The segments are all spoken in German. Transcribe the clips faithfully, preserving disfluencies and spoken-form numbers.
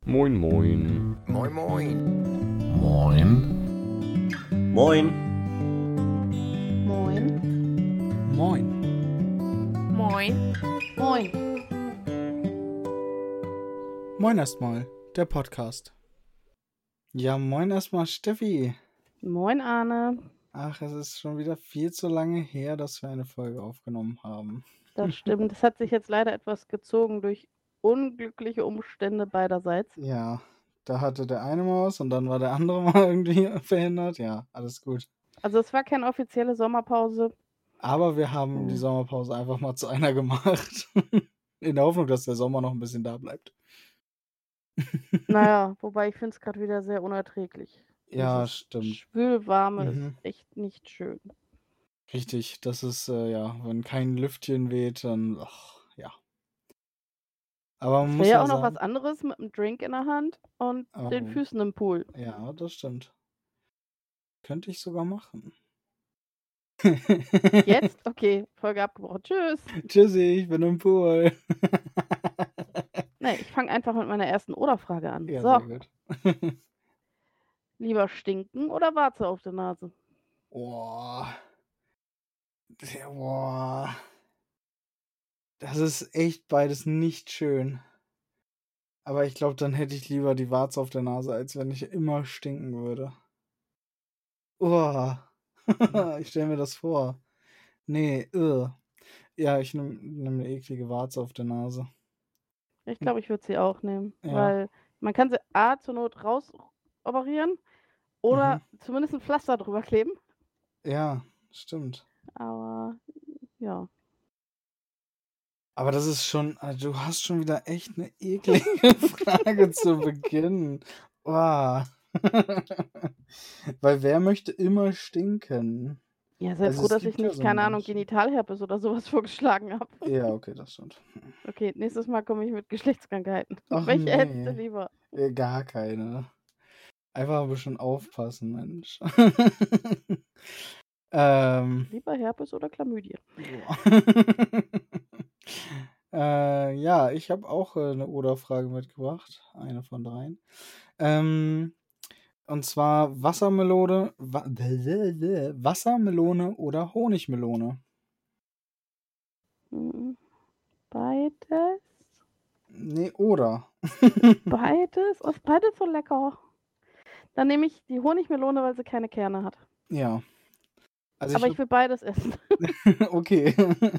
Moin, moin. Moin, moin. Moin. Moin. Moin. Moin. Moin. Moin. Moin erstmal, der Podcast. Ja, moin erstmal, Steffi. Moin, Arne. Ach, es ist schon wieder viel zu lange her, dass wir eine Folge aufgenommen haben. Das stimmt. Es hat sich jetzt leider etwas gezogen durch unglückliche Umstände beiderseits. Ja, da hatte der eine mal was und dann war der andere mal irgendwie verhindert. Ja, alles gut. Also es war keine offizielle Sommerpause. Aber wir haben Hm. die Sommerpause einfach mal zu einer gemacht. In der Hoffnung, dass der Sommer noch ein bisschen da bleibt. Naja, wobei ich finde es gerade wieder sehr unerträglich. Ja, Dieses stimmt. Schwülwarme Mhm. ist echt nicht schön. Richtig, das ist, äh, ja, wenn kein Lüftchen weht, dann, ach, ja. Aber man Es muss wäre ja ja auch noch was sagen, anderes mit einem Drink in der Hand und den oh, Füßen im Pool. ja, das stimmt. Könnte ich sogar machen. Jetzt? Okay, Folge abgebrochen. Tschüss. Tschüssi, ich bin im Pool. Nee, ich fange einfach mit meiner ersten Oder-Frage an. Ja, So, sehr gut. lieber stinken oder Warze auf der Nase? Boah. Der- Boah. Das ist echt beides nicht schön. Aber ich glaube, dann hätte ich lieber die Warze auf der Nase, als wenn ich immer stinken würde. Uah. Ich stelle mir das vor. Nee, uh. Ja, ich nehme nehm eine eklige Warze auf der Nase. Ich glaube, ich würde sie auch nehmen, Ja. weil man kann sie A zur Not rausoperieren oder Mhm. zumindest ein Pflaster drüber kleben. Ja, stimmt. Aber ja. Aber das ist schon, also du hast schon wieder echt eine eklige Frage zu Beginn. Boah. Weil wer möchte immer stinken? Ja, sei Also froh, es dass ich gibt ja nicht, so keine Ahnung, Menschen. Genitalherpes oder sowas vorgeschlagen habe. Ja, okay, das stimmt. Okay, nächstes Mal komme ich mit Geschlechtskrankheiten. Ach Welche hättest du nee, lieber? äh, gar keine. Einfach ein bisschen aufpassen, Mensch. ähm, Lieber Herpes oder Chlamydien? boah. äh, ja, ich habe auch äh, eine Oder-Frage mitgebracht. Eine von dreien. Ähm, und zwar Wassermelone, wa Wassermelone oder Honigmelone? Hm, Beides? Nee, oder. Beides? Oh, ist beides so lecker. Dann nehme ich die Honigmelone, weil sie keine Kerne hat. Ja. Also Aber ich ich will beides essen. würd- okay.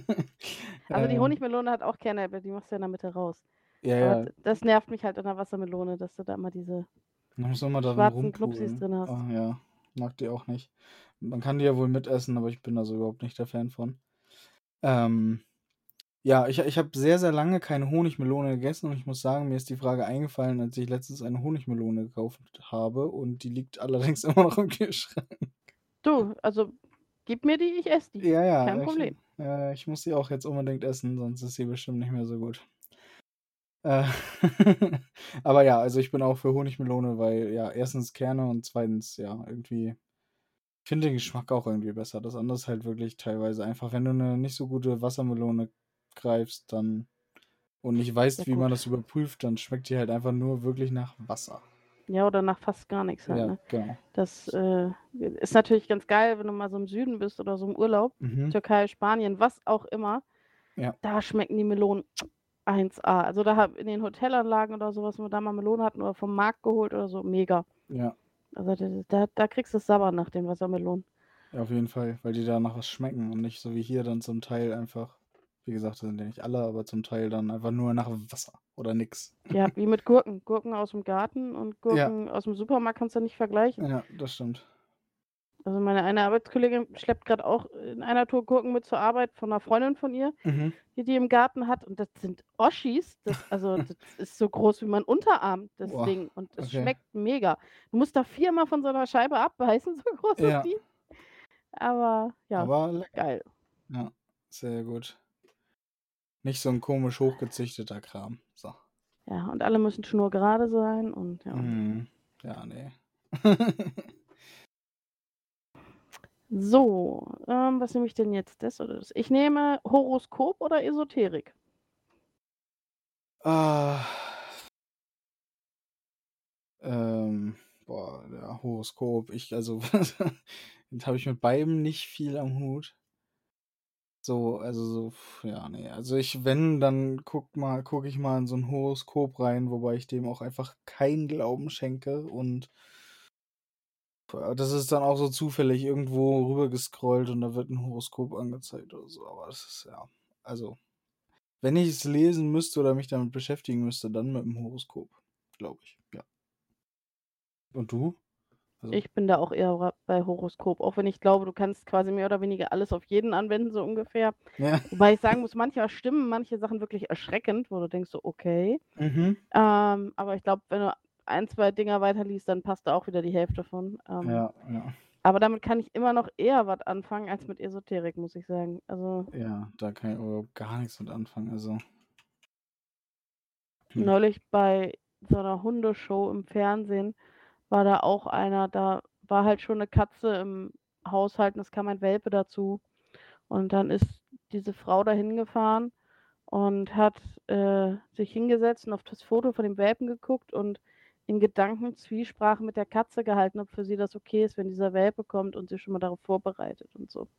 Also die Ähm, Honigmelone hat auch Kerne, aber die machst du ja in der Mitte raus. ja, Aber ja. d- das nervt mich halt an der Wassermelone, dass du da immer diese Dann muss man mal darin schwarzen Knupsis rumpulen. drin hast. Ah, ja, mag die auch nicht. Man kann die ja wohl mitessen, aber ich bin da so überhaupt nicht der Fan von. Ähm, ja, ich, ich habe sehr, sehr lange keine Honigmelone gegessen und ich muss sagen, mir ist die Frage eingefallen, als ich letztens eine Honigmelone gekauft habe und die liegt allerdings immer noch im Kühlschrank. Du, also gib mir die, ich esse die. Ja, ja, Kein ich, Problem. äh, ich muss sie auch jetzt unbedingt essen, sonst ist sie bestimmt nicht mehr so gut. Äh, aber ja, also ich bin auch für Honigmelone, weil ja, erstens Kerne und zweitens, ja, irgendwie, ich finde den Geschmack auch irgendwie besser. Das andere ist halt wirklich teilweise einfach, wenn du eine nicht so gute Wassermelone greifst, dann und nicht Ja, weißt, wie man gut. das überprüft, dann schmeckt die halt einfach nur wirklich nach Wasser. Ja, oder nach fast gar nichts halt, Ja, ne? genau. Das äh, ist natürlich ganz geil, wenn du mal so im Süden bist oder so im Urlaub. Mhm. Türkei, Spanien, was auch immer. Ja. Da schmecken die Melonen eins A. Also da hab in den Hotelanlagen oder sowas, wenn wir da mal Melonen hatten oder vom Markt geholt oder so, mega. Ja, Also da, da, da kriegst du es sauber nach den Wassermelonen. ja, auf jeden Fall, weil die da nach was schmecken und nicht so wie hier dann zum Teil einfach, wie gesagt, das sind ja nicht alle, aber zum Teil dann einfach nur nach Wasser oder nix. Ja, wie mit Gurken. Gurken aus dem Garten und Ja, Gurken aus dem Supermarkt kannst du nicht vergleichen. ja, das stimmt. Also meine eine Arbeitskollegin schleppt gerade auch in einer Tour Gurken mit zur Arbeit von einer Freundin von ihr, Mhm. die die im Garten hat. Und das sind Oschis. Das, also das ist so groß wie mein Unterarm, das Boah, Ding. Und es okay. schmeckt mega. Du musst da viermal von so einer Scheibe abbeißen, so groß Ja, ist die. Aber ja, aber lecker. geil. Ja, sehr gut. Nicht so ein komisch hochgezüchteter Kram. So. Ja, und alle müssen schnurgerade sein und ja. Mhm. Ja, nee. So, ähm, was nehme ich denn jetzt? Das oder das? Ich nehme Horoskop oder Esoterik. Ah, Ähm, boah, ja, Horoskop. Ich, also, jetzt habe ich mit beidem nicht viel am Hut. So, also so, pf, ja, nee. Also ich, wenn, dann guck mal, gucke ich mal in so ein Horoskop rein, wobei ich dem auch einfach keinen Glauben schenke. Und äh, das ist dann auch so zufällig irgendwo rüber gescrollt und da wird ein Horoskop angezeigt oder so. Aber das ist ja, also, wenn ich es lesen müsste oder mich damit beschäftigen müsste, dann mit dem Horoskop, glaube ich. Ja. Und du? Also, Ich bin da auch eher ra- bei Horoskop, auch wenn ich glaube, du kannst quasi mehr oder weniger alles auf jeden anwenden, so ungefähr. ja. Wobei ich sagen muss, manchmal stimmen manche Sachen wirklich erschreckend, wo du denkst so, okay. Mhm. Ähm, aber ich glaube, wenn du ein, zwei Dinger weiterliest, dann passt da auch wieder die Hälfte von. Ähm, Ja, ja. aber damit kann ich immer noch eher was anfangen als mit Esoterik, muss ich sagen. Also Ja, da kann ich überhaupt gar nichts mit anfangen. Also, hm. neulich bei so einer Hundeshow im Fernsehen war da auch einer, da war halt schon eine Katze im Haushalt und es kam ein Welpe dazu. Und dann ist diese Frau da hingefahren und hat äh, sich hingesetzt und auf das Foto von dem Welpen geguckt und in Gedanken Zwiesprache mit der Katze gehalten, ob für sie das okay ist, wenn dieser Welpe kommt und sie schon mal darauf vorbereitet und so.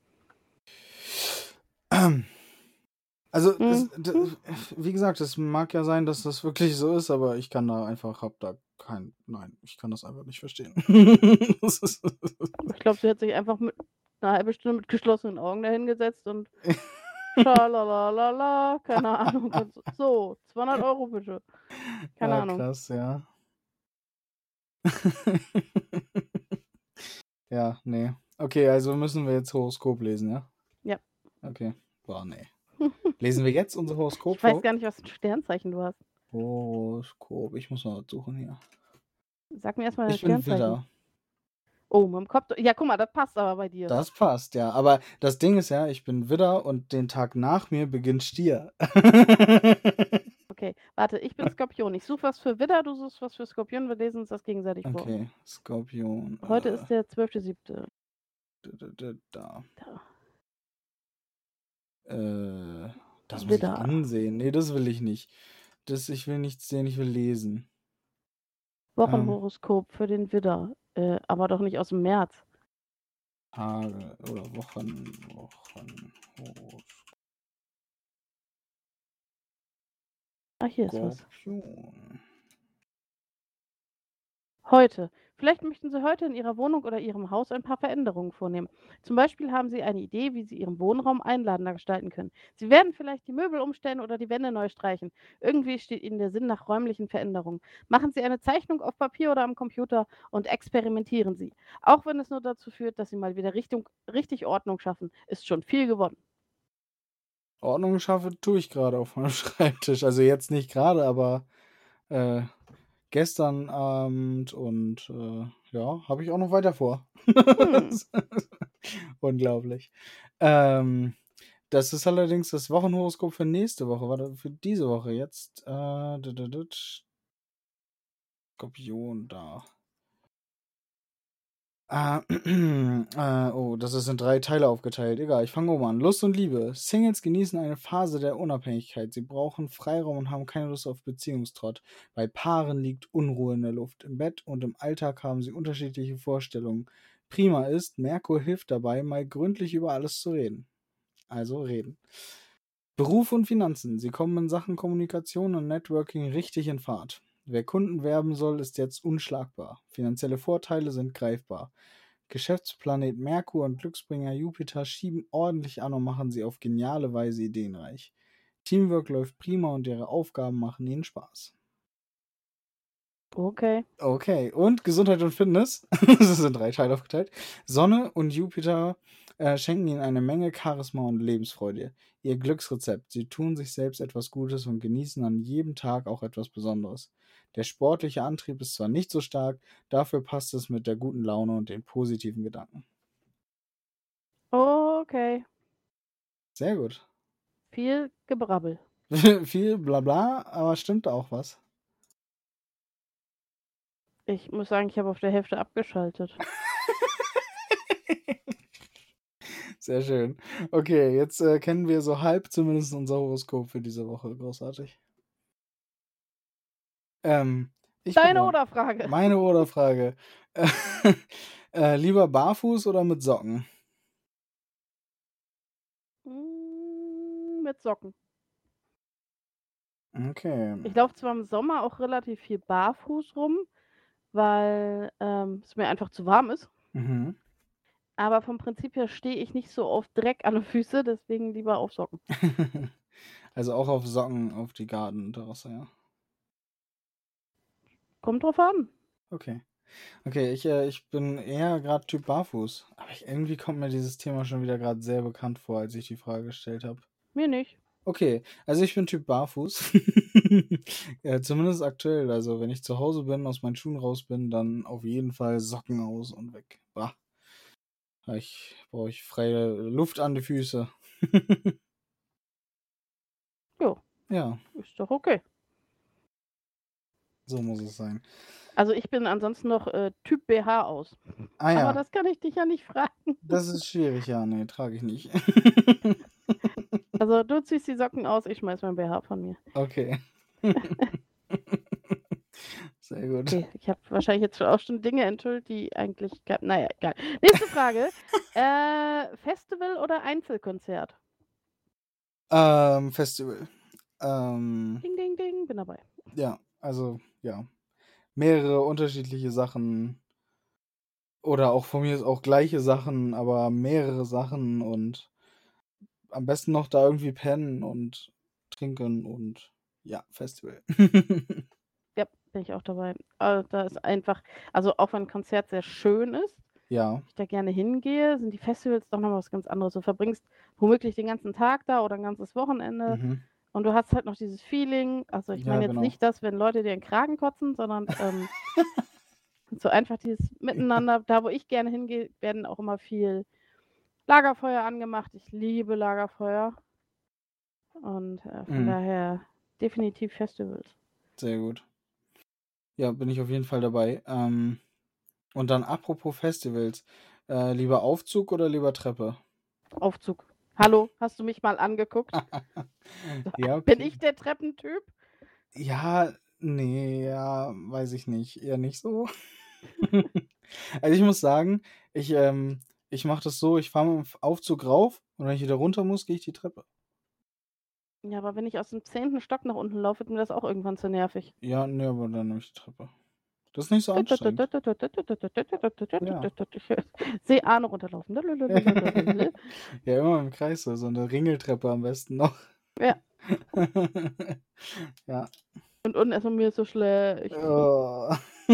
Also, das, Mhm. das, wie gesagt, es mag ja sein, dass das wirklich so ist, aber ich kann da einfach, hab da kein, nein, ich kann das einfach nicht verstehen. Das ist, Ich glaube, sie hat sich einfach mit einer halben Stunde mit geschlossenen Augen da hingesetzt und schalalala, keine Ahnung. Und so, so, zweihundert Euro bitte. Keine ja, Ahnung. krass, ja. Ja, nee. Okay, also müssen wir jetzt Horoskop lesen, ja? Ja. Okay. Boah, nee. Lesen wir jetzt unser Horoskop Ich weiß vor? gar nicht, was für ein Sternzeichen du hast. Horoskop, ich muss mal was suchen hier. Sag mir erstmal dein Ich bin Sternzeichen. Widder. Oh, mit dem Kopf. Ja, guck mal, das passt aber bei dir. Das passt, ja. Aber das Ding ist ja, ich bin Widder und den Tag nach mir beginnt Stier. Okay, warte, ich bin Skorpion. Ich suche was für Widder, du suchst was für Skorpion. Wir lesen uns das gegenseitig vor. Okay, Skorpion. Heute Äh, ist der zwölfter siebte da. da, da, da. Da. Äh, das muss ich Widder. ansehen. Nee, das will ich nicht. Das, ich will nichts sehen, ich will lesen. Wochenhoroskop für den Widder. Äh, aber doch nicht aus dem März. Tage oder Wochen. Wochen. Ah, hier ist was. Skorpion. Heute. Vielleicht möchten Sie heute in Ihrer Wohnung oder Ihrem Haus ein paar Veränderungen vornehmen. Zum Beispiel haben Sie eine Idee, wie Sie Ihren Wohnraum einladender gestalten können. Sie werden vielleicht die Möbel umstellen oder die Wände neu streichen. Irgendwie steht Ihnen der Sinn nach räumlichen Veränderungen. Machen Sie eine Zeichnung auf Papier oder am Computer und experimentieren Sie. Auch wenn es nur dazu führt, dass Sie mal wieder Richtung, richtig Ordnung schaffen, ist schon viel gewonnen. Ordnung schaffe tue ich gerade auf meinem Schreibtisch. Also jetzt nicht gerade, aber äh, gestern Abend und äh, ja, habe ich auch noch weiter vor. Hm. Unglaublich. Ähm, das ist allerdings das Wochenhoroskop für nächste Woche. Warte, für diese Woche jetzt. Äh, da, da, da, Skorpion da. Äh, äh, oh, das ist in drei Teile aufgeteilt. Egal, ich fange oben an. Lust und Liebe. Singles genießen eine Phase der Unabhängigkeit. Sie brauchen Freiraum und haben keine Lust auf Beziehungstrott. Bei Paaren liegt Unruhe in der Luft. Im Bett und im Alltag haben sie unterschiedliche Vorstellungen. Prima ist, Merkur hilft dabei, mal gründlich über alles zu reden. Also reden. Beruf und Finanzen. Sie kommen in Sachen Kommunikation und Networking richtig in Fahrt. Wer Kunden werben soll, ist jetzt unschlagbar. Finanzielle Vorteile sind greifbar. Geschäftsplanet Merkur und Glücksbringer Jupiter schieben ordentlich an und machen sie auf geniale Weise ideenreich. Teamwork läuft prima und ihre Aufgaben machen ihnen Spaß. Okay. Okay, und Gesundheit und Fitness. Das sind drei Teile aufgeteilt. Sonne und Jupiter äh, schenken ihnen eine Menge Charisma und Lebensfreude. Ihr Glücksrezept. Sie tun sich selbst etwas Gutes und genießen an jedem Tag auch etwas Besonderes. Der sportliche Antrieb ist zwar nicht so stark, dafür passt es mit der guten Laune und den positiven Gedanken. Okay. Sehr gut. Viel Gebrabbel. Viel Blabla, aber stimmt auch was. Ich muss sagen, ich habe auf der Hälfte abgeschaltet. Sehr schön. Okay, jetzt äh, kennen wir so halb zumindest unser Horoskop für diese Woche. Großartig. Ähm, Ich bin Deine dran. Oder-Frage. Meine Oder-Frage. äh, lieber barfuß oder mit Socken? Hm, mit Socken. Okay. Ich laufe zwar im Sommer auch relativ viel barfuß rum, weil ähm, es mir einfach zu warm ist. Mhm. Aber vom Prinzip her stehe ich nicht so auf Dreck an den Füßen, deswegen lieber auf Socken. Also auch auf Socken auf die Gartenterrasse, ja. Kommt drauf an. Okay. Okay, ich, äh, ich bin eher gerade Typ barfuß. Aber ich, irgendwie kommt mir dieses Thema schon wieder gerade sehr bekannt vor, als ich die Frage gestellt habe. Mir nicht. Okay, also ich bin Typ barfuß. Ja, zumindest aktuell. Also wenn ich zu Hause bin, aus meinen Schuhen raus bin, dann auf jeden Fall Socken aus und weg. Bah. Ich brauche ich freie Luft an die Füße. Jo, Ja, ist doch okay. so muss es sein. Also ich bin ansonsten noch äh, Typ B H aus. Ah Aber ja, das kann ich dich ja nicht fragen. das ist schwierig. Ja, nee, trage ich nicht. Also du ziehst die Socken aus, ich schmeiß mein B H von mir. Okay. Sehr gut. Okay, ich habe wahrscheinlich jetzt schon auch schon Dinge enthüllt, die eigentlich... gar- Naja, egal. Nächste Frage. äh, Festival oder Einzelkonzert? Ähm, Festival. Ähm, Ding, ding, ding, bin dabei. ja, also, ja. Mehrere unterschiedliche Sachen. Oder auch von mir ist auch gleiche Sachen, aber mehrere Sachen und am besten noch da irgendwie pennen und trinken und ja, Festival. Ja, bin ich auch dabei. Also, da ist einfach, also auch wenn ein Konzert sehr schön ist, Ja. ich da gerne hingehe, sind die Festivals doch noch was ganz anderes. Du verbringst womöglich den ganzen Tag da oder ein ganzes Wochenende Mhm. und du hast halt noch dieses Feeling. Also ich Ja, meine jetzt genau. nicht das, wenn Leute dir in den Kragen kotzen, sondern ähm, so einfach dieses Miteinander. Da, wo ich gerne hingehe, werden auch immer viel Lagerfeuer angemacht. Ich liebe Lagerfeuer und äh, von Mhm. daher definitiv Festivals. Sehr gut. Ja, bin ich auf jeden Fall dabei. Ähm, und dann apropos Festivals. Äh, lieber Aufzug oder lieber Treppe? Aufzug. Hallo, hast du mich mal angeguckt? Ja, Bin okay. ich der Treppentyp? Ja, nee, ja, weiß ich nicht. Eher nicht so. Also ich muss sagen, ich, ähm, ich mache das so, ich fahre mit dem Aufzug rauf und wenn ich wieder runter muss, gehe ich die Treppe. Ja, aber wenn ich aus dem zehnten Stock nach unten laufe, wird mir das auch irgendwann zu nervig. Ja, nee, aber dann nehme ich die Treppe. Das ist nicht so anstrengend. Ja. Ich sehe Arne runterlaufen. Ja, immer im Kreis, so so eine Ringeltreppe am besten noch. Ja, Ja. und unten ist mir so schlecht. Oh.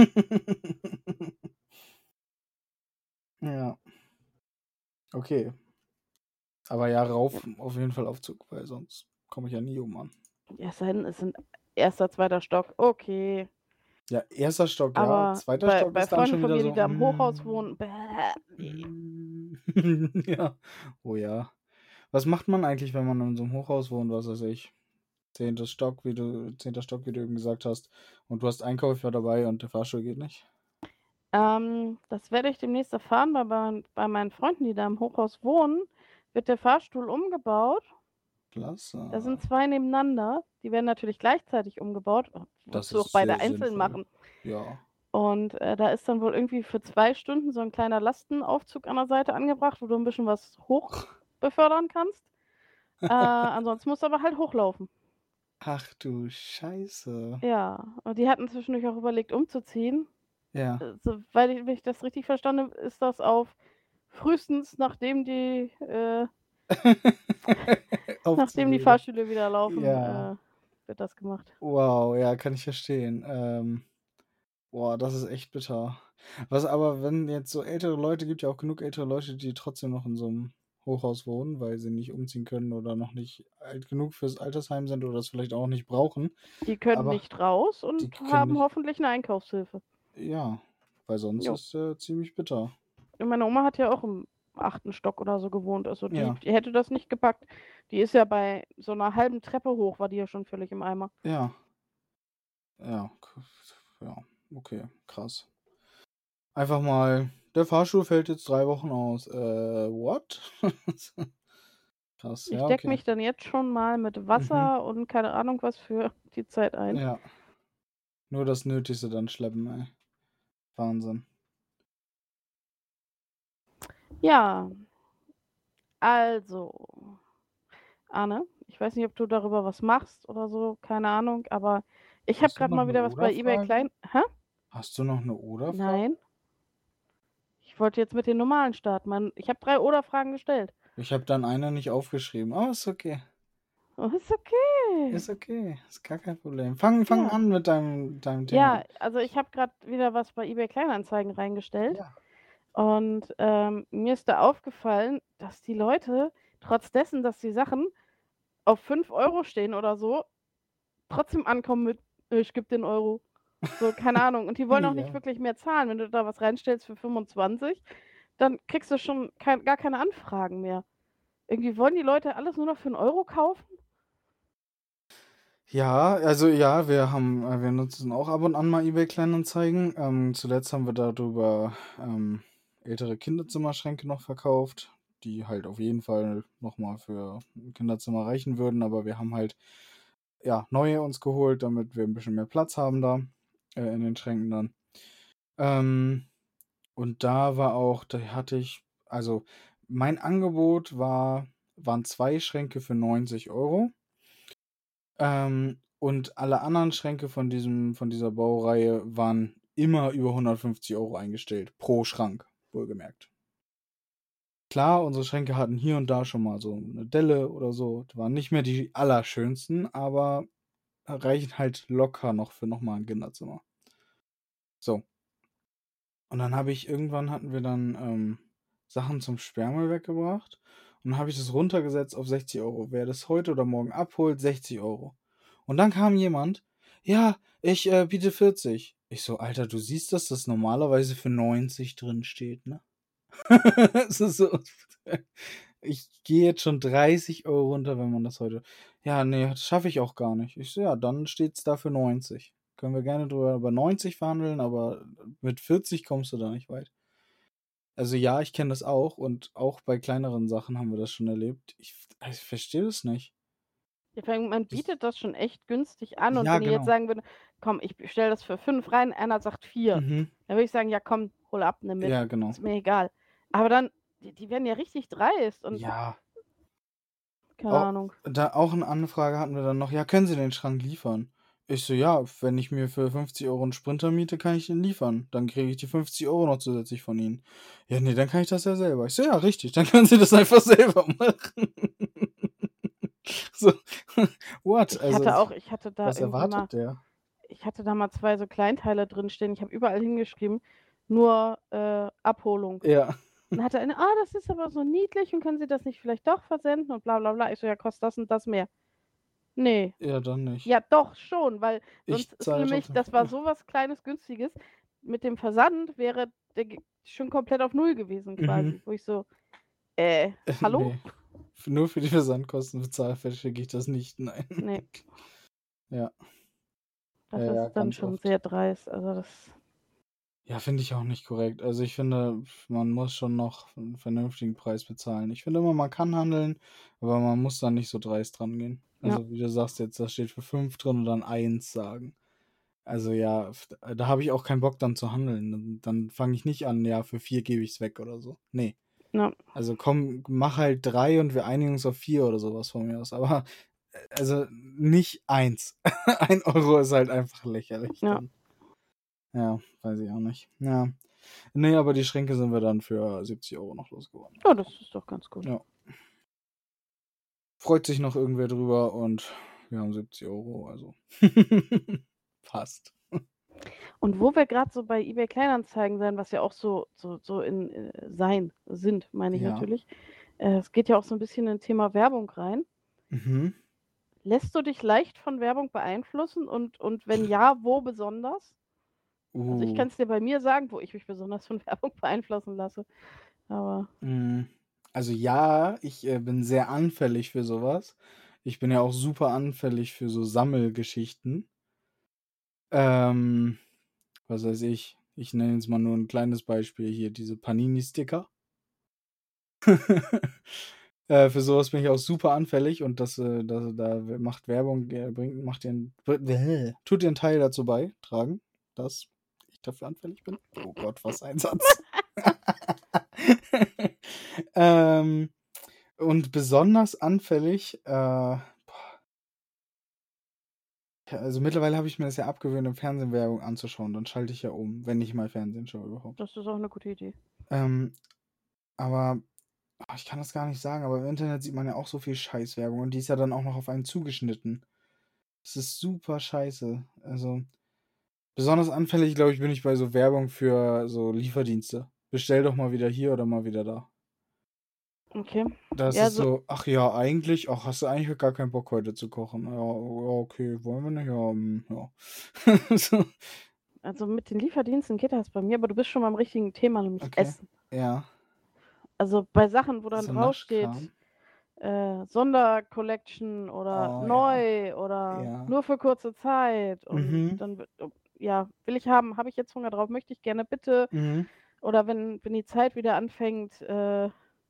Ja. Okay. Aber ja, rauf auf jeden Fall Aufzug, weil sonst komme ich ja nie oben an. Ja, es sei denn, es sind erster, zweiter Stock. Okay. Ja, erster Stock, ja. Aber Zweiter bei, Stock bei ist dann Freunden schon von wieder mir, so. die da im Hochhaus mm, wohnen, bäh, nee. mm. Ja. Oh ja. Was macht man eigentlich, wenn man in so einem Hochhaus wohnt, was weiß ich? Zehnter Stock, wie du, zehnter Stock, wie du eben gesagt hast. Und du hast Einkäufer dabei und der Fahrstuhl geht nicht? Ähm, das werde ich demnächst erfahren, weil bei, bei meinen Freunden, die da im Hochhaus wohnen, wird der Fahrstuhl umgebaut. Klasse. Da sind zwei nebeneinander. Die werden natürlich gleichzeitig umgebaut, Das wozu auch ist beide sehr einzeln sinnvoll. machen. Ja. Und äh, da ist dann wohl irgendwie für zwei Stunden so ein kleiner Lastenaufzug an der Seite angebracht, wo du ein bisschen was hoch befördern kannst. Äh, ansonsten musst du aber halt hochlaufen. Ach du Scheiße. Ja, und die hatten zwischendurch auch überlegt, umzuziehen. Ja. Äh, Soweit ich, wenn ich das richtig verstanden habe, ist das auf frühestens nachdem die, äh, nachdem die Aufzüge. Fahrstühle wieder laufen, Ja. äh, wird das gemacht. Wow, ja, kann ich verstehen. Ähm, boah, das ist echt bitter. Was aber, wenn jetzt so ältere Leute, gibt ja auch genug ältere Leute, die trotzdem noch in so einem Hochhaus wohnen, weil sie nicht umziehen können oder noch nicht alt genug fürs Altersheim sind oder es vielleicht auch nicht brauchen. Die können Aber nicht raus die und können haben nicht. hoffentlich eine Einkaufshilfe. Ja, weil sonst Jo. ist äh, ziemlich bitter. Und meine Oma hat ja auch im achten Stock oder so gewohnt. Also die, Ja. die hätte das nicht gepackt. Die ist ja bei so einer halben Treppe hoch, war die ja schon völlig im Eimer. Ja. Ja. k- Ja. Okay, krass. Einfach mal, der Fahrstuhl fällt jetzt drei Wochen aus. Äh, what? Krass, Ich ja, deck okay. mich dann jetzt schon mal mit Mhm. Wasser und keine Ahnung was für die Zeit ein. Ja. Nur das Nötigste dann schleppen, ey. Wahnsinn. Ja, also, Arne, ich weiß nicht, ob du darüber was machst oder so, keine Ahnung, aber ich habe Hast du gerade noch mal eine wieder was bei eBay Oder-Frage? Klein. Hä? Hast du noch eine Oder-Frage? Nein, ich wollte jetzt mit den normalen starten. Man, ich habe drei Oder-Fragen gestellt. Ich habe dann eine nicht aufgeschrieben. Aber ist okay. Oh, ist okay. Ist okay. Ist gar kein Problem. Fang, fang Ja. an mit deinem, deinem Ja, Thema. also ich habe gerade wieder was bei eBay Kleinanzeigen reingestellt Ja. und ähm, mir ist da aufgefallen, dass die Leute, trotz dessen, dass die Sachen auf fünf Euro stehen oder so, trotzdem ankommen mit, äh, ich gebe den Euro. So, keine Ahnung. Und die wollen auch nicht Ja. wirklich mehr zahlen. Wenn du da was reinstellst für fünfundzwanzig, dann kriegst du schon kein, gar keine Anfragen mehr. Irgendwie wollen die Leute alles nur noch für einen Euro kaufen? Ja, also ja, wir haben, äh, wir nutzen auch ab und an mal eBay Kleinanzeigen. Ähm, zuletzt haben wir darüber ähm, ältere Kinderzimmerschränke noch verkauft, die halt auf jeden Fall nochmal für ein Kinderzimmer reichen würden, aber wir haben halt ja neue uns geholt, damit wir ein bisschen mehr Platz haben da äh, in den Schränken dann. Ähm, und da war auch, da hatte ich, also mein Angebot war, waren zwei Schränke für neunzig Euro. Ähm, und alle anderen Schränke von diesem, von dieser Baureihe waren immer über hundertfünfzig Euro eingestellt. Pro Schrank, wohlgemerkt. Klar, unsere Schränke hatten hier und da schon mal so eine Delle oder so. Die waren nicht mehr die allerschönsten, aber reichen halt locker noch für nochmal ein Kinderzimmer. So. Und dann habe ich, irgendwann hatten wir dann ähm, Sachen zum Sperrmüll weggebracht. Und dann habe ich das runtergesetzt auf sechzig Euro. Wer das heute oder morgen abholt, sechzig Euro. Und dann kam jemand, ja, ich äh, biete vierzig. Ich so, Alter, du siehst, dass das normalerweise für neunzig drin steht, ne? Es ist so, ich gehe jetzt schon dreißig Euro runter, wenn man das heute. Ja, nee, das schaffe ich auch gar nicht. Ich so, ja, dann steht's da für neunzig. Können wir gerne drüber über neunzig verhandeln, aber mit vierzig kommst du da nicht weit. Also ja, ich kenne das auch und auch bei kleineren Sachen haben wir das schon erlebt. Ich, ich verstehe das nicht. Ja, vor allem, man Ich, bietet das schon echt günstig an. Und ja, wenn ich jetzt genau. sagen würde, komm, ich stelle das für fünf rein, einer sagt vier, Mhm. dann würde ich sagen, ja komm, hol ab, nimm mit. Ja, genau. Ist mir egal. Aber dann, die, die werden ja richtig dreist und Ja. keine Auch, Ahnung. da auch eine Anfrage hatten wir dann noch, ja, können Sie den Schrank liefern? Ich so, ja, wenn ich mir für fünfzig Euro einen Sprinter miete, kann ich den liefern. Dann kriege ich die fünfzig Euro noch zusätzlich von Ihnen. Ja, nee, dann kann ich das ja selber. Ich so, ja, richtig, dann können Sie das einfach selber machen. So, what? Ich Also, hatte auch, ich hatte da was irgendwie mal, erwartet der? ich hatte da mal zwei so Kleinteile drin stehen. Ich habe überall hingeschrieben, nur äh, Abholung. Ja, Und hatte eine, ah, das ist aber so niedlich und können Sie das nicht vielleicht doch versenden und bla bla bla. Ich so, ja, kostet das und das mehr. Nee. ja, dann nicht. Ja, doch, schon, weil Ich sonst ist zahle nämlich, trotzdem das war voll. sowas Kleines, Günstiges. Mit dem Versand wäre der ge- schon komplett auf Null gewesen Mhm. quasi. Wo ich so, äh, Äh, hallo? nee. F- Nur für die Versandkosten bezahle, verschicke ich das nicht. Nein. Nee, Ja, ja, das ja, ist dann ganz schon oft. sehr dreist. Also das, Ja, finde ich auch nicht korrekt. Also ich finde, man muss schon noch einen vernünftigen Preis bezahlen. Ich finde immer, man kann handeln, aber man muss dann nicht so dreist dran gehen. ja, Also wie du sagst jetzt, da steht für fünf drin und dann eins sagen. Also ja, f- da habe ich auch keinen Bock dann zu handeln. Dann, dann fange ich nicht an, ja, für vier gebe ich es weg oder so. Nee. ja, Also komm, mach halt drei und wir einigen uns auf vier oder sowas von mir aus. Aber äh, also nicht eins. Ein Euro ist halt einfach lächerlich ja. dann. Ja, weiß ich auch nicht. Ja. Nee, aber die Schränke sind wir dann für siebzig Euro noch losgeworden. Ja, das ist doch ganz gut. Ja. Freut sich noch irgendwer drüber und wir haben siebzig Euro, also passt. Und wo wir gerade so bei eBay Kleinanzeigen sein, was ja auch so, so, so in äh, sein sind, meine ich Ja. natürlich. Äh, es geht ja auch so ein bisschen in Thema Werbung rein. Mhm. Lässt du dich leicht von Werbung beeinflussen und, und wenn ja, wo besonders? Also ich Uh. kann es dir bei mir sagen, wo ich mich besonders von Werbung beeinflussen lasse. Aber mm. Also ja, ich äh, bin sehr anfällig für sowas. Ich bin ja auch super anfällig für so Sammelgeschichten. Ähm, was weiß ich. Ich nenne jetzt mal nur ein kleines Beispiel hier, diese Panini-Sticker. Äh, für sowas bin ich auch super anfällig und das, äh, das da macht Werbung, äh, bringt, macht ihren, tut ihren Teil dazu beitragen, dass ich dafür anfällig bin. Oh Gott, was ein Satz. ähm, und besonders anfällig, äh, boah. Ja, also mittlerweile habe ich mir das ja abgewöhnt, im Fernsehen Werbung anzuschauen. Dann schalte ich ja um, wenn ich mal Fernsehen schaue überhaupt. Das ist auch eine gute Idee. Ähm, aber ah, ich kann das gar nicht sagen, aber im Internet sieht man ja auch so viel Scheißwerbung und die ist ja dann auch noch auf einen zugeschnitten. Das ist super scheiße. Also besonders anfällig, glaube ich, bin ich bei so Werbung für so Lieferdienste. Bestell doch mal wieder hier oder mal wieder da. Okay. Das Ja, ist so, so, ach ja, eigentlich, ach, hast du eigentlich gar keinen Bock heute zu kochen? Ja, ja, okay, wollen wir nicht? Ja, hm, ja. So, also mit den Lieferdiensten geht das bei mir, aber du bist schon beim richtigen Thema, nämlich okay, Essen. ja, Also bei Sachen, wo dann so draufsteht, Naschkram. äh, Sondercollection oder Oh ja, neu oder ja. nur für kurze Zeit und Mhm, dann, wird- ja, will ich haben, habe ich jetzt Hunger drauf, möchte ich gerne bitte. mhm, Oder wenn, wenn die Zeit wieder anfängt, äh,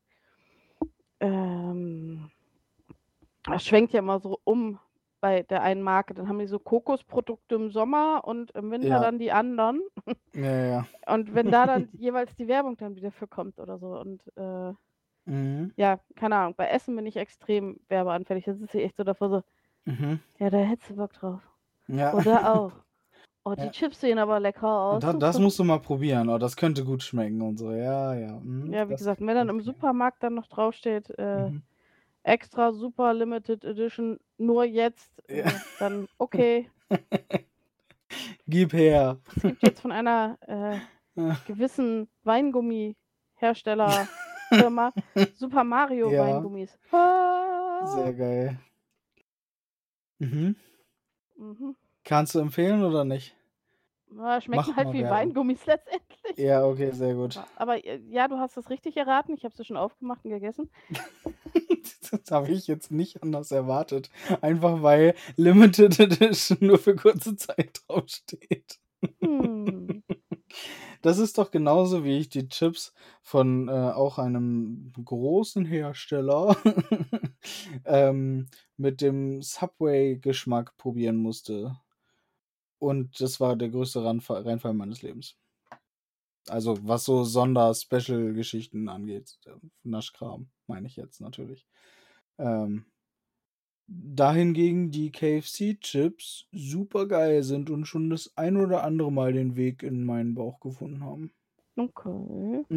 ähm, das schwenkt ja immer so um bei der einen Marke. Dann haben die so Kokosprodukte im Sommer und im Winter ja, dann die anderen. ja, ja. Und wenn da dann jeweils die Werbung dann wieder für kommt oder so. Und äh, Mhm, ja, keine Ahnung, bei Essen bin ich extrem werbeanfällig. Da sitze ich echt so davor so, mhm, ja, da hättest du Bock drauf. ja. Oder auch. Oh, die Ja. Chips sehen aber lecker aus. Da, das musst du mal probieren. Oh, das könnte gut schmecken und so. Ja, ja. Mhm, Ja, wie das, gesagt, wenn dann das im kann ich. Supermarkt dann noch draufsteht, äh, Mhm. extra super Limited Edition, nur jetzt, Ja. äh, dann okay. Gib her. Es gibt jetzt von einer äh, gewissen Weingummi-Herstellerfirma Super Mario Ja, Weingummis. Ah, sehr geil. Mhm. mhm. Kannst du empfehlen oder nicht? Na, schmecken Mach halt mal wie Werbung. Weingummis letztendlich. Ja, okay, sehr gut. Aber, aber äh, ja, du hast es richtig erraten. Ich habe sie schon aufgemacht und gegessen. Das habe ich jetzt nicht anders erwartet. Einfach weil Limited Edition nur für kurze Zeit draufsteht. Hm. Das ist doch genauso, wie ich die Chips von äh, auch einem großen Hersteller ähm, mit dem Subway-Geschmack probieren musste. Und das war der größte Reinfall, Reinfall meines Lebens. Also was so Sonder-Special-Geschichten angeht. Naschkram, meine ich jetzt natürlich. Ähm, dahingegen die K F C-Chips super geil sind und schon das ein oder andere Mal den Weg in meinen Bauch gefunden haben. Okay.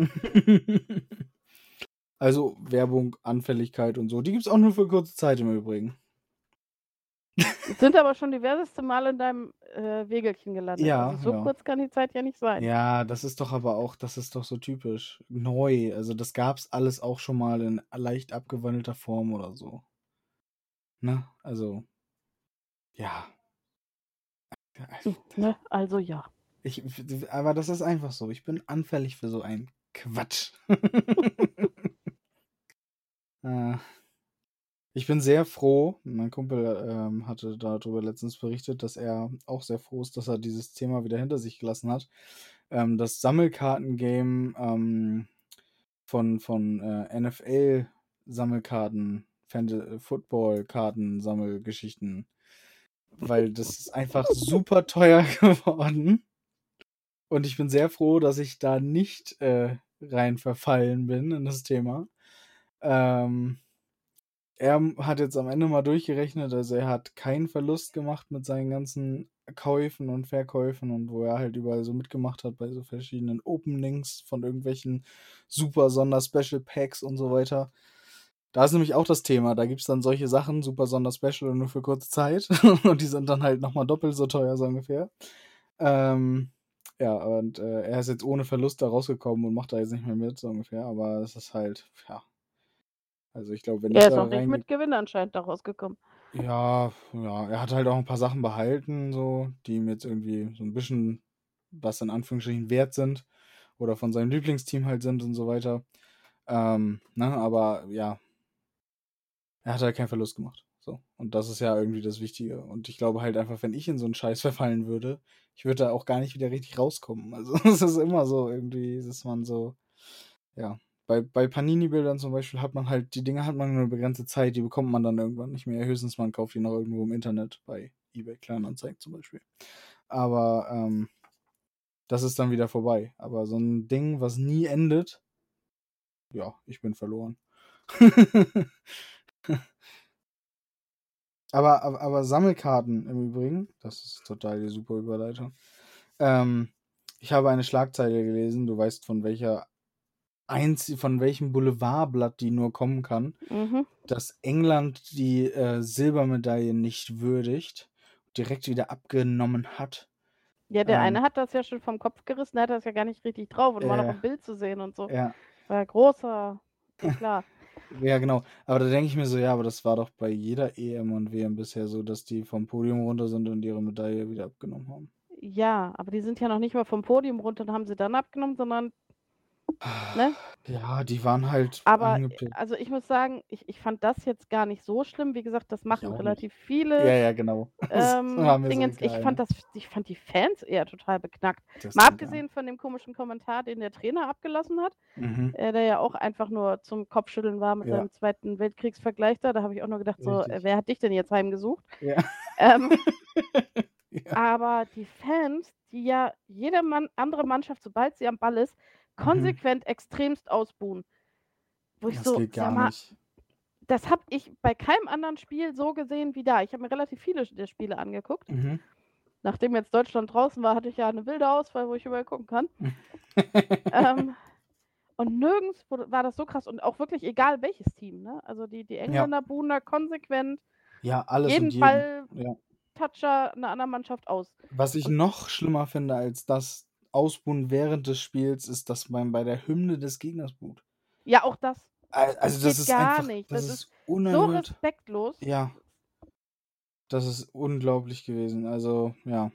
Also Werbung, Anfälligkeit und so. Die gibt's auch nur für kurze Zeit im Übrigen. Sind aber schon diverseste Male in deinem äh, Wägelchen gelandet. Ja, Also so ja. kurz kann die Zeit ja nicht sein. Ja, das ist doch aber auch, das ist doch so typisch. Neu. Also das gab's alles auch schon mal in leicht abgewandelter Form oder so. Ne? Also, ja. Hm, ne? Also ja. Ich, aber das ist einfach so. Ich bin anfällig für so einen Quatsch. äh, ich bin sehr froh. Mein Kumpel ähm, hatte darüber letztens berichtet, dass er auch sehr froh ist, dass er dieses Thema wieder hinter sich gelassen hat. Ähm, das Sammelkartengame ähm, von, von äh, N F L-Sammelkarten, Football-Karten-Sammelgeschichten. Weil das ist einfach super teuer geworden. Und ich bin sehr froh, dass ich da nicht äh, rein verfallen bin in das Thema. Ähm, er hat jetzt am Ende mal durchgerechnet, also er hat keinen Verlust gemacht mit seinen ganzen Käufen und Verkäufen und wo er halt überall so mitgemacht hat bei so verschiedenen Openings von irgendwelchen super Sonder-Special Packs und so weiter. Da ist nämlich auch das Thema, da gibt es dann solche Sachen, super Sonder-Special und nur für kurze Zeit und die sind dann halt nochmal doppelt so teuer, so ungefähr. Ähm, ja, und äh, er ist jetzt ohne Verlust da rausgekommen und macht da jetzt nicht mehr mit, so ungefähr, aber es ist halt, ja. Also ich glaube, wenn ich Er ist da auch nicht reinge... mit Gewinn anscheinend da rausgekommen. Ja, ja, er hat halt auch ein paar Sachen behalten, so, die ihm jetzt irgendwie so ein bisschen, was in Anführungsstrichen wert sind oder von seinem Lieblingsteam halt sind und so weiter. Ähm, ne, aber ja, er hat halt keinen Verlust gemacht. So. Und das ist ja irgendwie das Wichtige. Und ich glaube halt einfach, wenn ich in so einen Scheiß verfallen würde, ich würde da auch gar nicht wieder richtig rauskommen. Also es ist immer so irgendwie, dass man so, ja, bei bei Panini-Bildern zum Beispiel hat man halt die Dinger hat man nur 'ne begrenzte Zeit, die bekommt man dann irgendwann nicht mehr. Höchstens man kauft die noch irgendwo im Internet, bei eBay Kleinanzeigen zum Beispiel. Aber, ähm, das ist dann wieder vorbei. Aber so 'n Ding, was nie endet ja, ich bin verloren. Aber aber aber Sammelkarten im Übrigen, das ist total die super Überleitung. Ähm, ich habe eine Schlagzeile gelesen, du weißt von welcher einzi von welchem Boulevardblatt die nur kommen kann, Mhm. dass England die, äh, Silbermedaille nicht würdigt, direkt wieder abgenommen hat. Ja, der Ähm, eine hat das ja schon vom Kopf gerissen, der hat das ja gar nicht richtig drauf und war noch äh, im Bild zu sehen und so. ja. War großer Eklat. Ja, genau. Aber da denke ich mir so, ja, aber das war doch bei jeder E M und W M bisher so, dass die vom Podium runter sind und ihre Medaille wieder abgenommen haben. Ja, aber die sind ja noch nicht mal vom Podium runter und haben sie dann abgenommen, sondern ne? Ja, die waren halt Aber, äh, angepinnt. also ich muss sagen, ich ich fand das jetzt gar nicht so schlimm. Wie gesagt, das Ich machen auch nicht. relativ Ja, viele, ja, genau. Das ähm, war mir so Dingens. Ich egal, fand ne? das ich fand die Fans eher total beknackt. Das Mal geht gar nicht. abgesehen von dem komischen Kommentar, den der Trainer abgelassen hat, Mhm. äh, der ja auch einfach nur zum Kopfschütteln war mit Ja. seinem zweiten Weltkriegsvergleich da. Da habe ich auch nur gedacht so: „Äh, Richtig. wer hat dich denn jetzt heimgesucht?“ Ja. Ähm, Ja. aber die Fans, die ja jede Mann andere Mannschaft, sobald sie am Ball ist, Mhm. konsequent extremst ausbuhen. Wo ich Das so, geht sag gar mal, nicht. das habe ich bei keinem anderen Spiel so gesehen wie da. Ich habe mir relativ viele der Spiele angeguckt. Mhm. Nachdem jetzt Deutschland draußen war, hatte ich ja 'ne wilde Auswahl, wo ich überall gucken kann. Ähm, und nirgends wurde war das so krass und auch wirklich egal welches Team, ne? Also die die Ja. Engländer buhen da konsequent Ja, alles jeden und jeden. Ball Ja. Toucher 'ner anderen Mannschaft aus. Was ich Und noch schlimmer finde als das Ausbuhen während des Spiels, ist, dass man bei der Hymne des Gegners buht. Ja, auch das. Al Das also, das geht ist gar einfach nicht. das Das ist ist so unerhört. respektlos. Ja. Das ist unglaublich gewesen. Also, ja.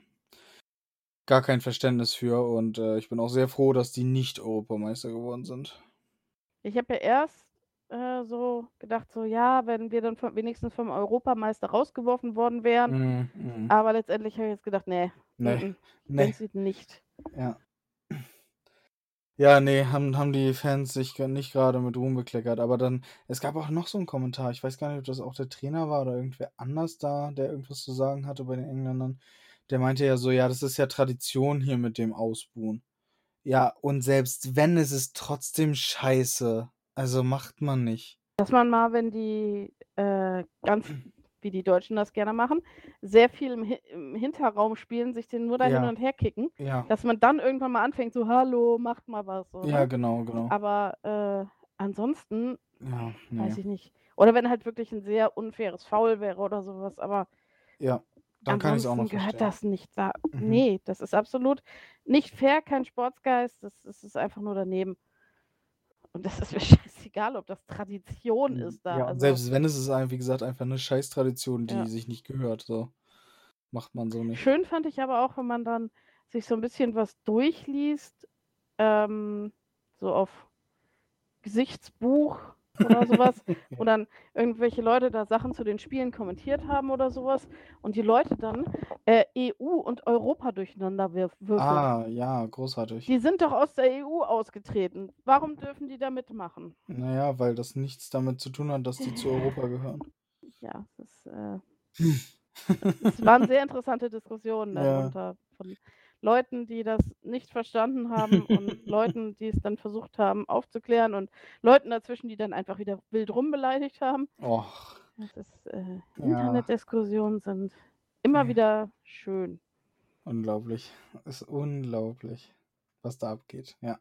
Gar kein Verständnis für und, äh, ich bin auch sehr froh, dass die nicht Europameister geworden sind. Ich habe ja erst, äh, so gedacht, so ja, wenn wir dann vom wenigstens vom Europameister rausgeworfen worden wären. Mhm, mhm. Aber letztendlich habe ich jetzt gedacht: „Ne, Ne, mm, ne. gönn's ihnen nicht.“ Ja. Ja, ne, haben haben die Fans sich g nicht grade mit Ruhm bekleckert. Aber dann es gab auch noch so 'n Kommentar, ich weiß gar nicht, ob das auch der Trainer war oder irgendwer anders da, der irgendwas zu sagen hatte bei den Engländern. Der meinte ja so: „Ja, das ist ja Tradition hier mit dem Ausbuhen.“ Ja, und selbst wenn, ist es trotzdem scheiße. Also, macht man nicht. Dass man mal, wenn die, äh, ganz wie die Deutschen das gerne machen, sehr viel im Hi im Hinterraum spielen, sich den nur da hin Ja. und her kicken, Ja. dass man dann irgendwann mal anfängt so: „Hallo, macht mal was“, so, Ja, ne? genau, genau. Aber, äh, ansonsten Ja, weiß ne. ich nicht. Oder wenn halt wirklich 'n sehr unfaires Foul wäre oder so was, aber Ja, dann kann ich's auch ansonsten noch gehört verstehen. das nicht da. Mhm. Ne, das ist absolut nicht fair, kein Sportsgeist, das das ist einfach nur daneben. Und das ist mir scheißegal, ob das Tradition Hm, ist da, ja, und also selbst wenn, ist es ein wie gesagt, einfach 'ne Scheißtradition, die Ja. sich nicht gehört, so. Macht man so nicht. Schön fand ich aber auch, wenn man dann sich so 'n bisschen was durchliest, ähm, so auf Gesichtsbuch oder so was, wo Ja. dann irgendwelche Leute da Sachen zu den Spielen kommentiert haben oder so was und die Leute dann, äh, E U und Europa durcheinander wirf würfeln. Ah, ja, großartig. Die sind doch aus der E U ausgetreten. Warum dürfen die da mitmachen? Na ja, weil das nichts damit zu tun hat, dass die zu Europa gehören. Ja, das, äh es waren sehr interessante Diskussionen Ja. darunter von Leuten, die das nicht verstanden haben und Leuten, die es dann versucht haben aufzuklären und Leuten dazwischen, die dann einfach wieder wild rumbeleidigt haben. Och. Das ist, äh Ja. Internetdiskussionen sind immer Ja. wieder schön. Unglaublich. Ist unglaublich, was da abgeht, ja.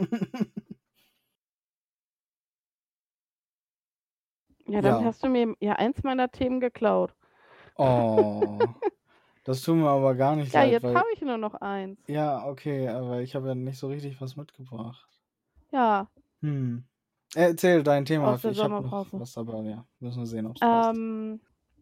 Ja, dann Ja. hast du mir ja eins meiner Themen geklaut. Oh, das tut mir aber gar nicht Ja, leid, jetzt weil habe ich nur noch eins. Ja, okay, aber ich habe ja nicht so richtig was mitgebracht. Ja. Hm. Erzähl dein Thema, Aus f der ich habe noch Sommerpause. was, aber ja, müssen wir sehen, ob's passt. Ähm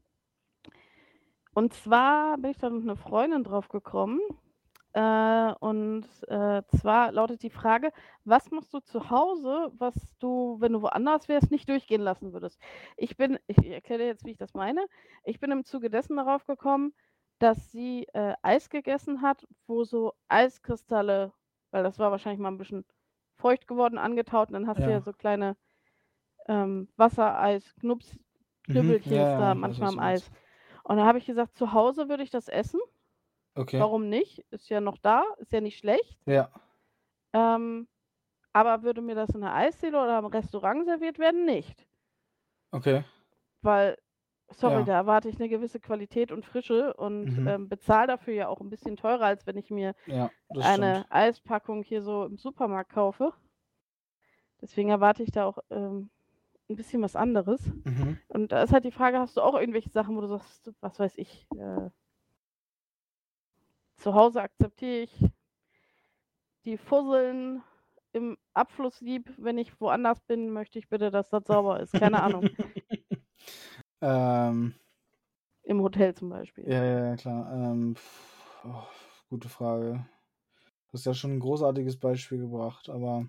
und zwar bin ich da mit 'ner Freundin drauf gekommen, äh, und, äh, zwar lautet die Frage: „Was machst du zu Hause, was du, wenn du woanders wärst, nicht durchgehen lassen würdest?“ Ich bin ich erkläre dir jetzt, wie ich das meine. Ich bin im Zuge dessen darauf gekommen, dass sie, äh, Eis gegessen hat, wo so Eiskristalle weil das war wahrscheinlich mal 'n bisschen feucht geworden, angetaut und dann hast du ja Ja. so kleine ähm, Wassereis, Knups, Mhm. Knüppelchens Ja, ja, da ich weiß, manchmal was am du meinst. Eis. Und da habe ich gesagt, zu Hause würde ich das essen. Okay. Warum nicht? Ist ja noch da, ist ja nicht schlecht. Ja. Ähm, aber würde mir das in der Eisdiele oder im Restaurant serviert werden, nicht. Okay. Weil, sorry, Ja. da erwarte ich eine gewisse Qualität und Frische und Mhm. ähm, bezahle dafür ja auch ein bisschen teurer, als wenn ich mir Ja, das eine stimmt. Eispackung hier so im Supermarkt kaufe. Deswegen erwarte ich da auch ähm, ein bisschen was anderes. Mhm. Und da ist halt die Frage, hast du auch irgendwelche Sachen, wo du sagst, was weiß ich, äh, zu Hause akzeptiere ich die Fusseln im Abflusslieb, wenn ich woanders bin, möchte ich bitte, dass das sauber ist. Keine Ahnung. ähm, Im Hotel zum Beispiel. ja, ja, ja, klar. Ähm, pff, oh, gute Frage. Du hast ja schon ein großartiges Beispiel gebracht, aber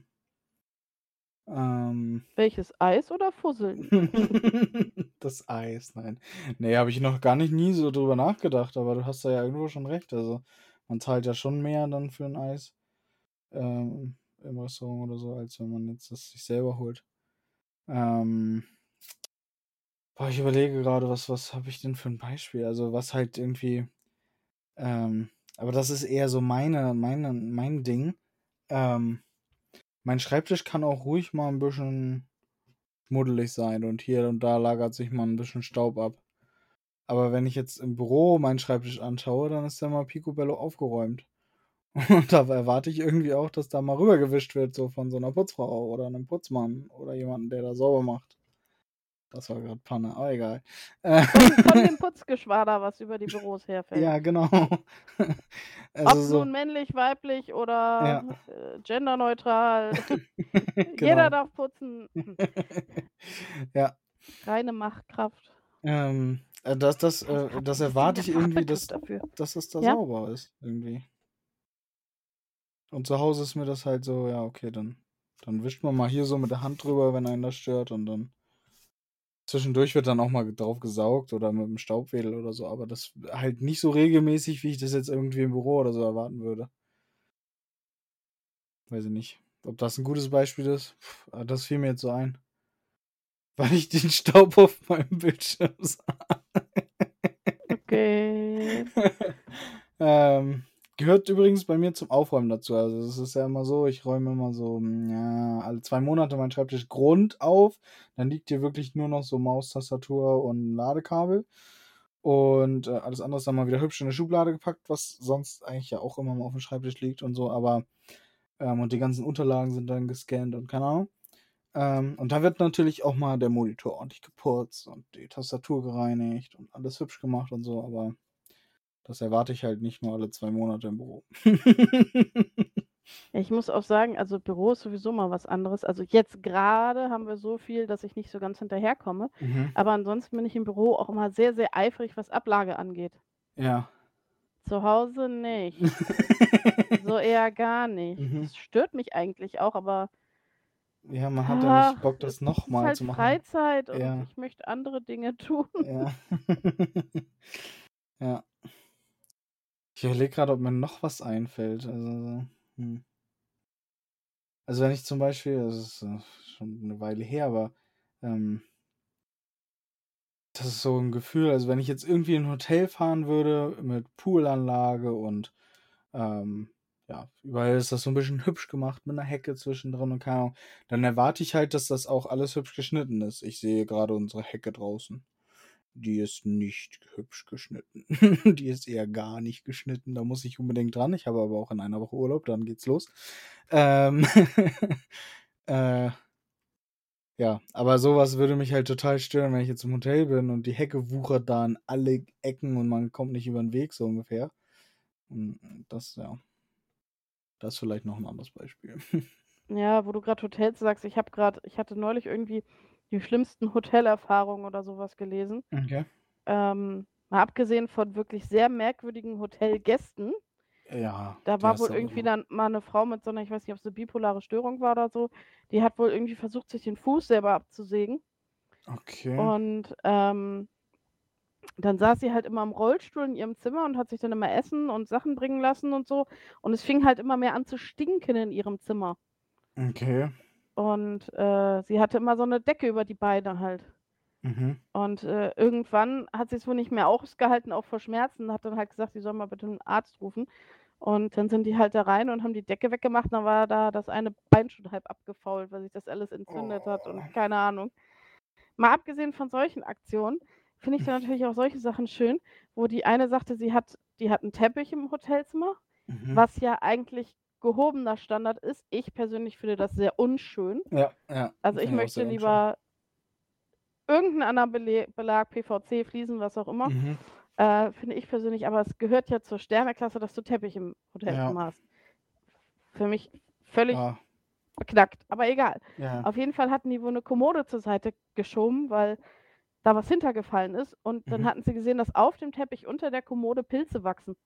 ähm, Welches Eis oder Fusseln? das Eis, nein. Nee, habe ich noch gar nicht nie so drüber nachgedacht, aber du hast da ja irgendwo schon recht. Also man zahlt ja schon mehr dann für ein Eis ähm, im Restaurant oder so, als wenn man jetzt das sich selber holt. Ähm, boah, ich überlege gerade, was, was habe ich denn für ein Beispiel? Also was halt irgendwie, ähm, aber das ist eher so meine, meine, mein Ding. Ähm, mein Schreibtisch kann auch ruhig mal ein bisschen schmuddelig sein und hier und da lagert sich mal ein bisschen Staub ab. Aber wenn ich jetzt im Büro meinen Schreibtisch anschaue, dann ist der mal picobello aufgeräumt. Und da erwarte ich irgendwie auch, dass da mal rübergewischt wird, so von so einer Putzfrau oder einem Putzmann oder jemanden, der da sauber macht. Das war gerade Panne, aber egal. Äh, Von, von dem Putzgeschwader, was über die Büros herfällt. ja, genau. Also Ob so, nun männlich, weiblich ja. oder äh, genderneutral. Jeder Genau. darf putzen. Hm. Ja. Reine Machtkraft. Ähm, äh, das, das, Ich weiß äh, grad das so ein bisschen erwarte der ich irgendwie, Fachbegriff dass, dafür. dass es da Ja? sauber ist, irgendwie. Und zu Hause ist mir das halt so, ja, okay, dann, dann wischt man mal hier so mit der Hand drüber, wenn einen das stört und dann zwischendurch wird dann auch mal drauf gesaugt oder mit dem Staubwedel oder so, aber das halt nicht so regelmäßig, wie ich das jetzt irgendwie im Büro oder so erwarten würde. Weiß ich nicht. Ob das ein gutes Beispiel ist? Pff, aber das fiel mir jetzt so ein. Weil ich den Staub auf meinem Bildschirm sah. Okay. ähm, gehört übrigens bei mir zum Aufräumen dazu. Also es ist ja immer so, ich räume immer so, ja, alle zwei Monate meinen Schreibtisch Grund auf. Dann liegt hier wirklich nur noch so Maus, Tastatur und Ladekabel. Und äh, alles andere ist dann mal wieder hübsch in eine Schublade gepackt, was sonst eigentlich ja auch immer mal auf dem Schreibtisch liegt und so. Aber, ähm, und die ganzen Unterlagen sind dann gescannt und keine Ahnung. Ähm, und da wird natürlich auch mal der Monitor ordentlich geputzt und die Tastatur gereinigt und alles hübsch gemacht und so, aber das erwarte ich halt nicht nur alle zwei Monate im Büro. Ja, ich muss auch sagen, also Büro ist sowieso mal was anderes. Also jetzt gerade haben wir so viel, dass ich nicht so ganz hinterherkomme. Mhm. Aber ansonsten bin ich im Büro auch immer sehr, sehr eifrig, was Ablage angeht. Ja. Zu Hause nicht. So eher gar nicht. Mhm. Das stört mich eigentlich auch, aber Ja, man hat ja nicht ach, Bock, es das ist nochmal halt zu machen. Freizeit und Ja. ich möchte andere Dinge tun. Ja. Ja. Ich überlege gerade, ob mir noch was einfällt. Also, so, hm. Also wenn ich zum Beispiel, das ist äh, schon eine Weile her, aber ähm, das ist so ein Gefühl, also wenn ich jetzt irgendwie in ein Hotel fahren würde mit Poolanlage und ähm, ja, überall ist das so ein bisschen hübsch gemacht mit einer Hecke zwischendrin und keine Ahnung, dann erwarte ich halt, dass das auch alles hübsch geschnitten ist. Ich sehe gerade unsere Hecke draußen. Die ist nicht hübsch geschnitten. Die ist eher gar nicht geschnitten. Da muss ich unbedingt dran. Ich habe aber auch in einer Woche Urlaub, dann geht's los. Ähm, äh, ja, aber sowas würde mich halt total stören, wenn ich jetzt im Hotel bin und die Hecke wuchert da an alle Ecken und man kommt nicht über den Weg, so ungefähr. Und das, ja, das ist vielleicht noch ein anderes Beispiel. Ja, wo du gerade Hotels sagst, ich habe gerade, ich hatte neulich irgendwie die schlimmsten Hotelerfahrungen oder sowas gelesen. Okay. Ähm, mal abgesehen von wirklich sehr merkwürdigen Hotelgästen. Ja, Da die war hast wohl du auch irgendwie immer. dann mal eine Frau mit so einer, ich weiß nicht, ob es eine bipolare Störung war oder so, die hat wohl irgendwie versucht, sich den Fuß selber abzusägen. Okay. Und ähm, dann saß sie halt immer im Rollstuhl in ihrem Zimmer und hat sich dann immer Essen und Sachen bringen lassen und so. Und es fing halt immer mehr an zu stinken in ihrem Zimmer. Okay. Und äh, sie hatte immer so eine Decke über die Beine halt. Mhm. Und äh, irgendwann hat sie es wohl nicht mehr ausgehalten, auch vor Schmerzen, hat dann halt gesagt, sie soll mal bitte einen Arzt rufen. Und dann sind die halt da rein und haben die Decke weggemacht. Dann war da das eine Bein schon halb abgefault, weil sich das alles entzündet hat Oh. und keine Ahnung. Mal abgesehen von solchen Aktionen finde ich dann natürlich auch solche Sachen schön, wo die eine sagte, sie hat, die hat einen Teppich im Hotelzimmer, Mhm. was ja eigentlich gehobener Standard ist. Ich persönlich finde das sehr unschön. Ja, ja. Also ich Finde ich auch möchte sehr unschön. lieber irgendeinen anderen Bele Belag, P V C, Fliesen, was auch immer. Mhm. Äh, finde ich persönlich, aber es gehört ja zur Sterneklasse, dass du Teppich im Hotelzimmer Ja. hast. Für mich völlig Ah, beknackt, aber egal. ja. Auf jeden Fall hatten die wohl eine Kommode zur Seite geschoben, weil da was hintergefallen ist. Und dann Mhm. hatten sie gesehen, dass auf dem Teppich unter der Kommode Pilze wachsen.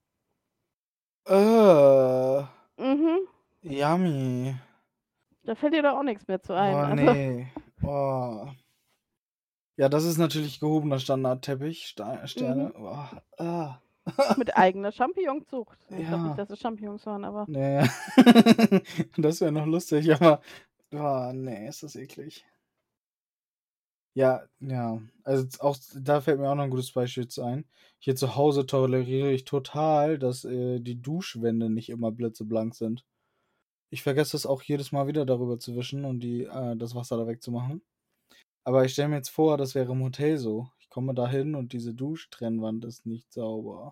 Äh, Mhm. yummy. Da fällt dir doch auch nichts mehr zu ein. Oh, Also, nee. Oh. Ja, das ist natürlich gehobener Standardteppich, Sta- Sterne. mhm. Oh, ah. Mit eigener Champignonzucht. Ich glaube nicht, Ja. dass es Champignons waren, aber Nee. Das wäre noch lustig, aber. Oh, nee, ist das eklig. Ja, ja. Also jetzt auch, da fällt mir auch noch ein gutes Beispiel zu ein. Hier zu Hause toleriere ich total, dass äh, die Duschwände nicht immer blitzeblank sind. Ich vergesse das auch jedes Mal wieder darüber zu wischen und die, äh, das Wasser da wegzumachen. Aber ich stelle mir jetzt vor, das wäre im Hotel so. Ich komme da hin und diese Duschtrennwand ist nicht sauber.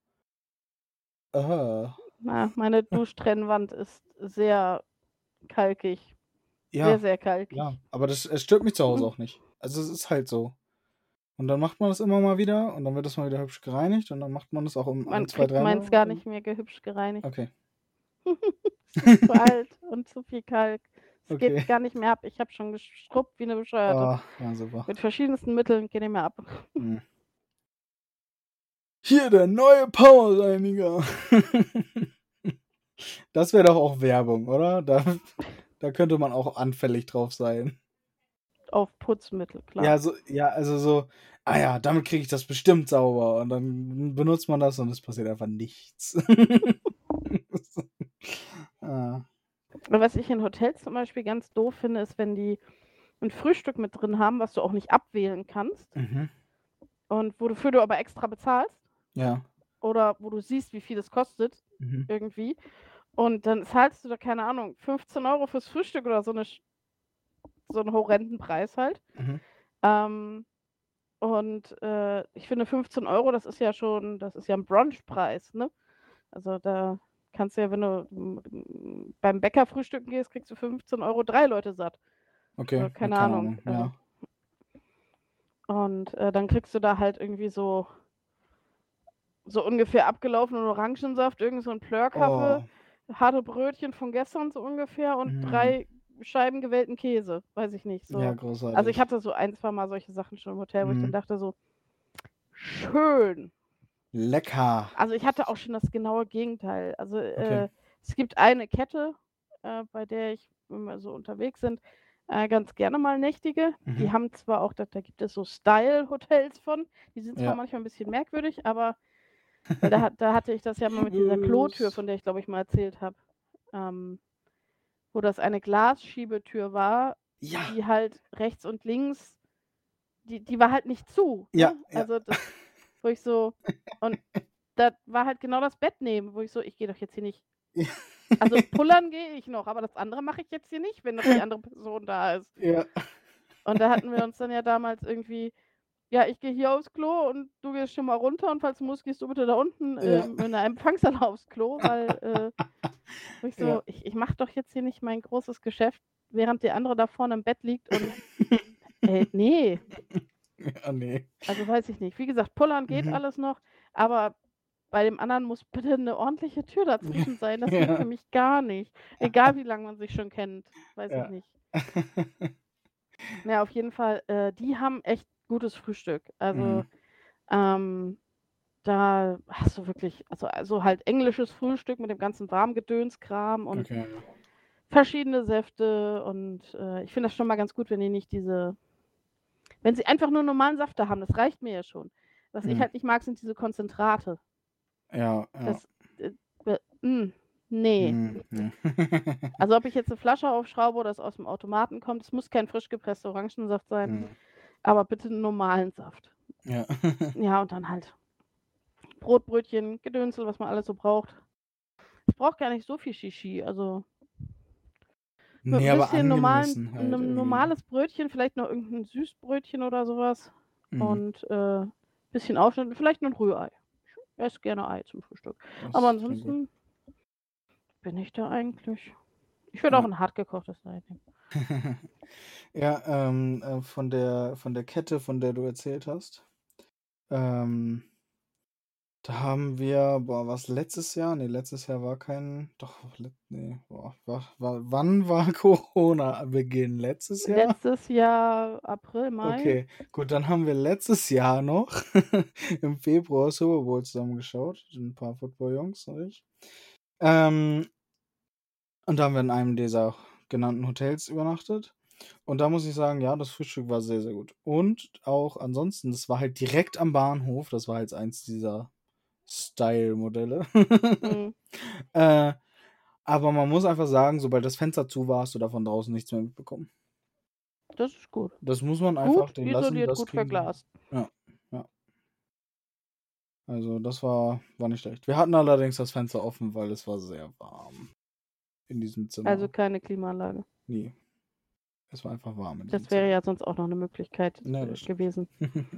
Ah. na, meine Duschtrennwand ist sehr kalkig. Sehr, Ja, sehr kalkig. ja. Aber das es stört mich zu Hause Mhm. auch nicht. Also es ist halt so. Und dann macht man das immer mal wieder und dann wird das mal wieder hübsch gereinigt und dann macht man das auch um Man ein, zwei, kriegt dreimal. meins und gar dann- nicht mehr gehübsch gereinigt. Okay. Es ist zu alt und zu viel Kalk. Es Okay. geht gar nicht mehr ab. Ich habe schon geschrubbt wie eine Bescheuerte. Ah, ja, super. Mit verschiedensten Mitteln geht nicht mehr ab. Hm. Hier der neue Powerreiniger. Das wäre doch auch Werbung, oder? Da, da könnte man auch anfällig drauf sein. Auf Putzmittel, klar. Ja, so, ja, also so, ah ja, damit kriege ich das bestimmt sauber. Und dann benutzt man das und es passiert einfach nichts. ah. Und was ich in Hotels zum Beispiel ganz doof finde, ist, wenn die ein Frühstück mit drin haben, was du auch nicht abwählen kannst Mhm. und wofür du aber extra bezahlst Ja. oder wo du siehst, wie viel es kostet Mhm. irgendwie. Und dann zahlst du da, keine Ahnung, fünfzehn Euro fürs Frühstück oder so, eine, so einen horrenden Preis halt. Mhm. Ähm, und äh, ich finde fünfzehn Euro, das ist ja schon, das ist ja ein Brunchpreis, ne? Also da kannst du ja, wenn du mm, beim Bäcker frühstücken gehst, kriegst du fünfzehn Euro drei Leute satt. Okay, Oder keine ja, keine Ahnung. Ahnung. Also, Ja. und äh, dann kriegst du da halt irgendwie so, so ungefähr abgelaufenen Orangensaft, irgend so ein Plörkaffee, Oh. harte Brötchen von gestern so ungefähr und Mhm. drei Scheiben gewellten Käse. Weiß ich nicht. So. Ja, großartig. Also ich hatte so ein, zwei Mal solche Sachen schon im Hotel, wo ich dann Mhm. dachte so, schön. Lecker. Also ich hatte auch schon das genaue Gegenteil. Also Okay. äh, es gibt eine Kette, äh, bei der ich, wenn wir so unterwegs sind, äh, ganz gerne mal nächtige. Die Mhm. haben zwar auch, da, da gibt es so Style-Hotels von, die sind zwar Ja. manchmal ein bisschen merkwürdig, aber weil da, hat- da hatte ich das ja mal mit dieser Klotür, von der ich glaube ich mal erzählt habe, ähm, wo das eine Glasschiebetür war, Ja. die halt rechts und links, die, die war halt nicht zu. Ja, Ne? ja. Also das, wo ich so, und da war halt genau das Bett neben, wo ich so, ich gehe doch jetzt hier nicht. Also pullern gehe ich noch, aber das andere mache ich jetzt hier nicht, wenn noch die andere Person da ist. Ja. Und da hatten wir uns dann ja damals irgendwie, ja, ich gehe hier aufs Klo und du gehst schon mal runter und falls du musst, gehst du bitte da unten Ja. ähm, in der Empfangshalle aufs Klo, weil äh, wo ich so, Ja. ich, ich mache doch jetzt hier nicht mein großes Geschäft, während der andere da vorne im Bett liegt und äh, nee, Ja, nee. also weiß ich nicht. Wie gesagt, pullern geht Mhm. alles noch, aber bei dem anderen muss bitte eine ordentliche Tür dazwischen sein. Das geht Ja. für mich gar nicht. Egal wie lange man sich schon kennt, weiß ich Ja. nicht. Ja, auf jeden Fall, äh, die haben echt gutes Frühstück. Also Mhm. ähm, da hast du wirklich, also, also halt englisches Frühstück mit dem ganzen Warmgedönskram und Okay. verschiedene Säfte und äh, ich finde das schon mal ganz gut, wenn die nicht diese, wenn sie einfach nur normalen Saft da haben, das reicht mir ja schon. Was ich Mhm. halt nicht mag, sind diese Konzentrate. Ja, ja. Das, äh, äh, mm, Nee. Hm, hm. Also ob ich jetzt eine Flasche aufschraube oder es aus dem Automaten kommt, es muss kein frisch gepresster Orangensaft sein, Hm, aber bitte 'n normalen Saft. Ja. Ja, und dann halt Brot, Brötchen, Gedönsel, was man alles so braucht. Ich brauche gar nicht so viel Shishi, also mit Nee, 'n aber bisschen normalen angemessen halt 'nem irgendwie. normales Brötchen, vielleicht noch irgend 'n Süßbrötchen oder so was Hm, und, äh, bisschen Aufschnitt und vielleicht noch 'n Rührei. Ich esse gerne Ei zum Frühstück. Aber das klingt gut. ansonsten bin ich da eigentlich ich würde auch Ja. 'n hart gekochtes Ei nehmen. Ja, ähm, äh, von der von der Kette, von der du erzählt hast, ähm, da haben wir boah, war's letztes Jahr? Ne, letztes Jahr war kein doch, let ne, boah, war war wann war Corona-Beginn? Letztes Jahr? Letztes Jahr April, Mai. Okay, gut, dann haben wir letztes Jahr noch im Februar Super Bowl zusammen geschaut, 'n paar Football-Jungs und ich. Ähm und da haben wir in einem dieser genannten Hotels übernachtet. Und da muss ich sagen, ja, das Frühstück war sehr, sehr gut. Und auch ansonsten, das war halt direkt am Bahnhof. Das war jetzt eins dieser Style-Modelle. Mhm. Äh, aber man muss einfach sagen, sobald das Fenster zu war, hast du da von draußen nichts mehr mitbekommen. Das ist gut. Das muss man einfach Gut denen lassen, isoliert, das gut kriegen die verglast. ja, ja. Also, das war war nicht schlecht. Wir hatten allerdings das Fenster offen, weil es war sehr warm in diesem Also Zimmer. keine Klimaanlage. Ne. Es war einfach warm in diesem Das wäre Zimmer. ja sonst auch noch 'ne Möglichkeit, Ja, äh, das stimmt. gewesen.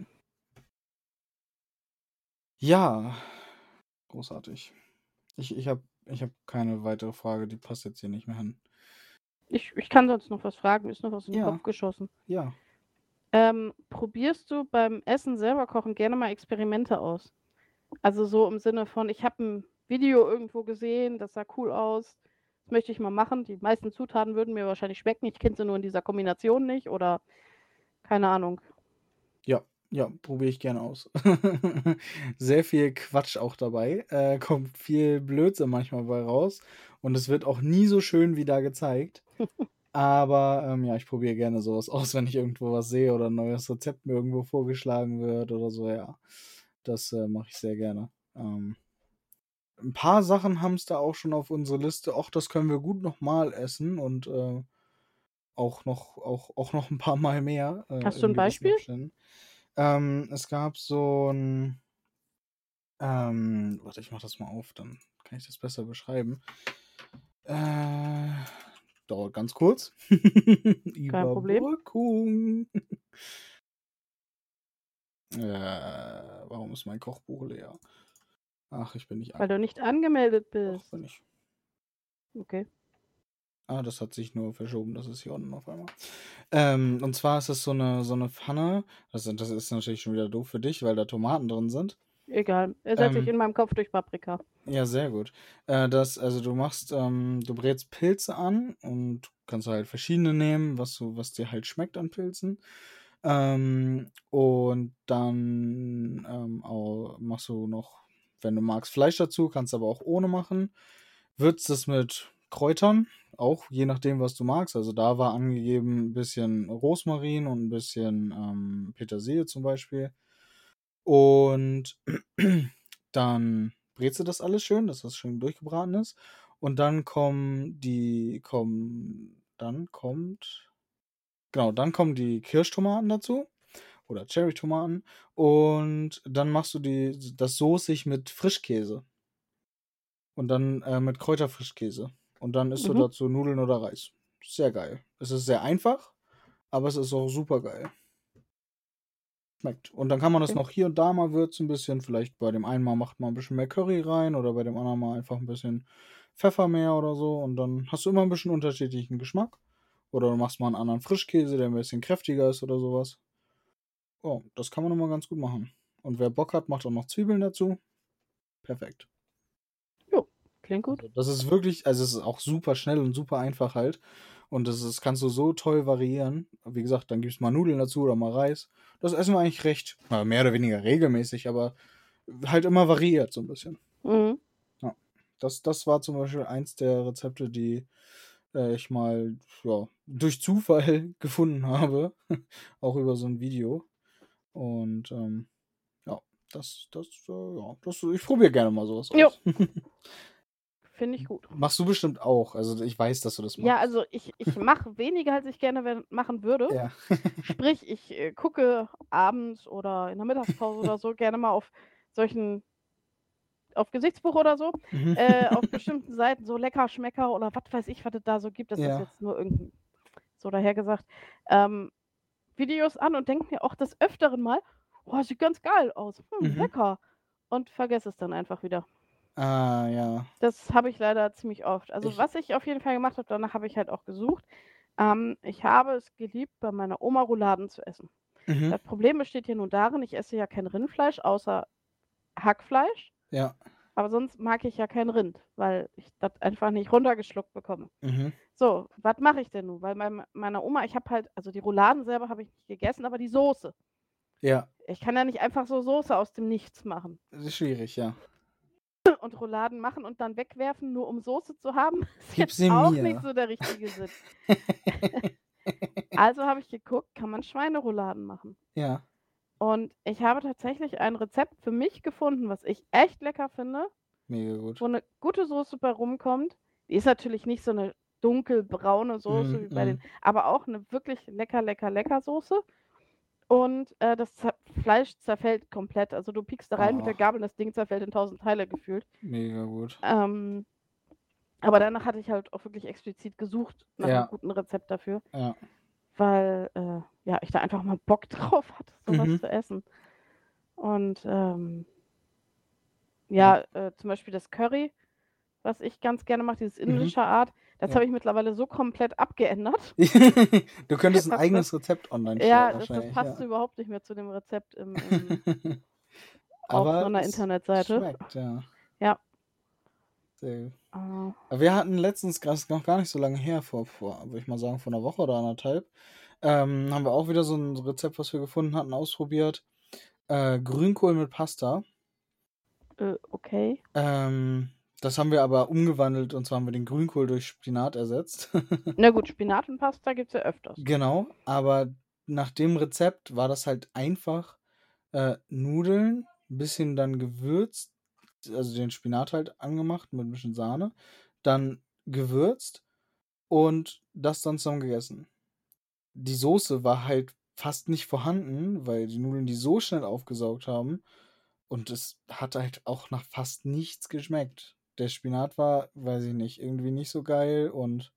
Ja, großartig. Ich ich habe ich habe keine weitere Frage, die passt jetzt hier nicht mehr hin. Ich ich kann sonst noch was fragen, mir ist noch was in den Ja, Kopf geschossen. ja. Ähm, probierst du beim Essen selber kochen gerne mal Experimente aus? Also so im Sinne von: „Ich habe 'n Video irgendwo gesehen, das sah cool aus. Das möchte ich mal machen.“ Die meisten Zutaten würden mir wahrscheinlich schmecken, ich kenne sie nur in dieser Kombination nicht oder keine Ahnung. Ja, ja, probiere ich gerne aus. Sehr viel Quatsch auch dabei. Äh, kommt viel Blödsinn manchmal bei raus und es wird auch nie so schön wie da gezeigt. Aber, ähm, ja, ich probiere gerne so was aus, wenn ich irgendwo was sehe oder 'n neues Rezept mir irgendwo vorgeschlagen wird oder so, ja. Das, äh, mache ich sehr gerne. Ähm 'n paar Sachen haben's da auch schon auf unsere Liste. „Ach, das können wir gut noch mal essen“ und, äh, auch noch auch auch noch 'n paar Mal mehr, äh, Hast du in 'n gewissen Beispiel? Abständen. Ähm, es gab so 'n ähm, warte, ich mache das mal auf, dann kann ich das besser beschreiben. Äh, dauert ganz kurz. Kein Problem. Überbrückung. Äh, warum ist mein Kochbuch leer? Ach, ich bin nicht Weil du angemeldet. nicht angemeldet Doch, bist. bin ich. Okay. Ah, das hat sich nur verschoben, das ist hier unten auf einmal. Ähm, und zwar ist es so 'ne so 'ne Pfanne. Das das ist natürlich schon wieder doof für dich, weil da Tomaten drin sind. Egal, ersetze ich Ähm in meinem Kopf durch Paprika. Ja, sehr gut. Äh, das also, du machst ähm, du brätst Pilze an und kannst halt verschiedene nehmen, was du was dir halt schmeckt an Pilzen. Ähm, und dann, ähm, au machst du noch, wenn du magst, Fleisch dazu, kannst aber auch ohne machen. Würzt es mit Kräutern, auch je nachdem, was du magst. Also, da war angegeben 'n bisschen Rosmarin und 'n bisschen, ähm, Petersilie zum Beispiel. Und dann brätst du das alles schön, dass das schön durchgebraten ist. Und dann kommen die kommen dann kommt genau, dann kommen die Kirschtomaten dazu oder Cherrytomaten und dann machst du die das soßig mit Frischkäse. Und dann, äh, mit Kräuterfrischkäse. Und dann isst du Mhm. dazu Nudeln oder Reis. Sehr geil. Es ist sehr einfach, aber es ist auch supergeil. Schmeckt. Und dann kann man das Okay. noch hier und da mal würzen 'n bisschen. Vielleicht bei dem einen Mal macht man 'n bisschen mehr Curry rein oder bei dem anderen Mal einfach 'n bisschen Pfeffer mehr oder so und dann hast du immer 'n bisschen unterschiedlichen Geschmack. Oder du machst mal 'n anderen Frischkäse, der 'n bisschen kräftiger ist oder so was. Ja, das kann man immer ganz gut machen. Und wer Bock hat, macht auch noch Zwiebeln dazu. Perfekt. Jo, klingt gut. Also, das ist wirklich also, es ist auch super schnell und super einfach halt. Und das ist kannst du so toll variieren. Wie gesagt, dann gibst mal Nudeln dazu oder mal Reis. Das essen wir eigentlich recht ja, mehr oder weniger regelmäßig, aber halt immer variiert so 'n bisschen. Mhm. Ja. Das das war zum Beispiel eins der Rezepte, die, äh, ich mal, ja, durch Zufall gefunden habe, auch über so 'n Video. Und, ähm, ja, das das, äh, ja, das ich probiere gerne mal so was Jo. aus. finde ich gut. Machst du bestimmt auch. Also ich weiß, dass du das Ja, machst. also ich, ich mache weniger, als ich gerne wer- machen würde. Ja. Sprich, ich äh, gucke abends oder in der Mittagspause oder so gerne mal auf solchen, auf Gesichtsbuch oder so, Mhm. äh, auf bestimmten Seiten, so Lecker, Schmecker oder was weiß ich, was es da so gibt. Das ist Ja. jetzt nur irgendein, so dahergesagt, ähm, Videos an und denke mir auch des Öfteren mal, oh, sieht ganz geil aus, hm, Mhm. lecker. Und vergesse es dann einfach wieder. Ah, ja. Das habe ich leider ziemlich oft. Also Ich, was ich auf jeden Fall gemacht habe, danach habe ich halt auch gesucht. Ähm, ich habe es geliebt, bei meiner Oma Rouladen zu essen. mhm. Das Problem besteht hier nun darin, ich esse ja kein Rindfleisch, außer Hackfleisch. Ja. Aber sonst mag ich ja kein Rind, weil ich das einfach nicht runtergeschluckt bekomme. Mhm. So, was mache ich denn nun? Weil bei meiner Oma, ich habe halt, also die Rouladen selber habe ich nicht gegessen, aber die Soße. Ja. Ich kann ja nicht einfach so Soße aus dem Nichts machen. Das ist schwierig, ja. Und Rouladen machen und dann wegwerfen, nur um Soße zu haben, ist Gib jetzt sie auch mir. nicht so der richtige Sinn. Also habe ich geguckt, kann man Schweinerouladen machen. Ja. Und ich habe tatsächlich ein Rezept für mich gefunden, was ich echt lecker finde, Mega gut. wo eine gute Soße bei rumkommt. Die ist natürlich nicht so eine dunkelbraune Soße Mhm, wie bei mhm. den, aber auch eine wirklich lecker, lecker, lecker Soße. Und äh, das Zer Fleisch zerfällt komplett. Also du piekst da rein mit der Oh, Gabel und das Ding zerfällt in tausend Teile gefühlt. mega gut. Ähm, aber danach hatte ich halt auch wirklich explizit gesucht nach einem Ja. guten Rezept dafür, Ja. weil äh, ja, ich da einfach mal Bock drauf hatte, sowas Mhm. zu essen. Und ähm, Ja. ja, äh, zum Beispiel das Curry, was ich ganz gerne mache, dieses Mhm. indische Art, das Ja. habe ich mittlerweile so komplett abgeändert. Du könntest ein Was eigenes das, Rezept online stellen, ja, das, das wahrscheinlich. passt so Ja. überhaupt nicht mehr zu dem Rezept im, im, auf so Aber einer es Internetseite. schmeckt, ja. Ja. Sehr gut. Äh, Aber wir hatten letztens, das ist noch gar nicht so lange her, vor, vor würde ich mal sagen, vor einer Woche oder anderthalb, ähm, haben wir auch wieder so ein Rezept, was wir gefunden hatten, ausprobiert. Äh, Grünkohl mit Pasta. äh, okay. Ähm, das haben wir aber umgewandelt und zwar haben wir den Grünkohl durch Spinat ersetzt. Na gut, Spinat und Pasta gibt es ja öfters. Genau, aber nach dem Rezept war das halt einfach äh, Nudeln, ein bisschen dann gewürzt, also den Spinat halt angemacht mit ein bisschen Sahne, dann gewürzt und das dann zusammen gegessen. Die Soße war halt fast nicht vorhanden, weil die Nudeln die so schnell aufgesaugt haben und es hat halt auch nach fast nichts geschmeckt. Der Spinat war, weiß ich nicht, irgendwie nicht so geil und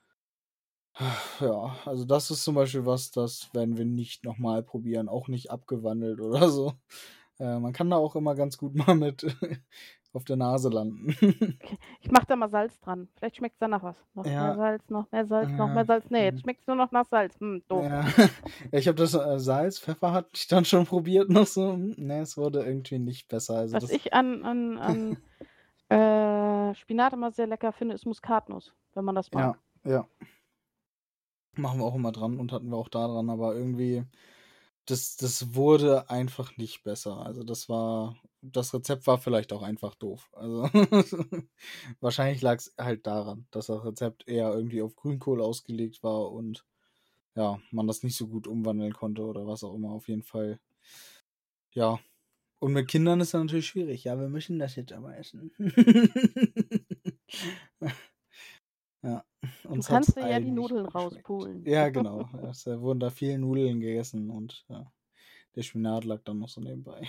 ja, also das ist zum Beispiel was, das werden wir nicht nochmal probieren, auch nicht abgewandelt oder so. Äh, man kann da auch immer ganz gut mal mit auf der Nase landen. Okay. Ich mache da mal Salz dran. Vielleicht schmeckt es dann nach was. Noch mehr Ja, Salz, noch mehr Salz, noch ja, mehr Salz. Nee, jetzt hm, schmeckt es nur noch nach Salz. Hm, doof. ja. Ja, ich habe das äh, Salz, Pfeffer hatte ich dann schon probiert noch so. Hm, Ne, es wurde irgendwie nicht besser. Also Was das, ich an, an, an äh, Spinat immer sehr lecker finde, ist Muskatnuss, wenn man das mag. ja, ja, machen wir auch immer dran und hatten wir auch da dran, aber irgendwie, das, das wurde einfach nicht besser. Also das war, das Rezept war vielleicht auch einfach doof. Also wahrscheinlich lag es halt daran, dass das Rezept eher irgendwie auf Grünkohl ausgelegt war und ja, man das nicht so gut umwandeln konnte oder was auch immer. Auf jeden Fall. Ja. Und mit Kindern ist das natürlich schwierig. Ja, wir müssen das jetzt aber essen. Ja, Du uns hat kannst es dir ja die allen nicht Nudeln geschmeckt. rauspulen. Ja, genau. Es äh, wurden da viel Nudeln gegessen und ja, der Spinat lag dann noch so nebenbei.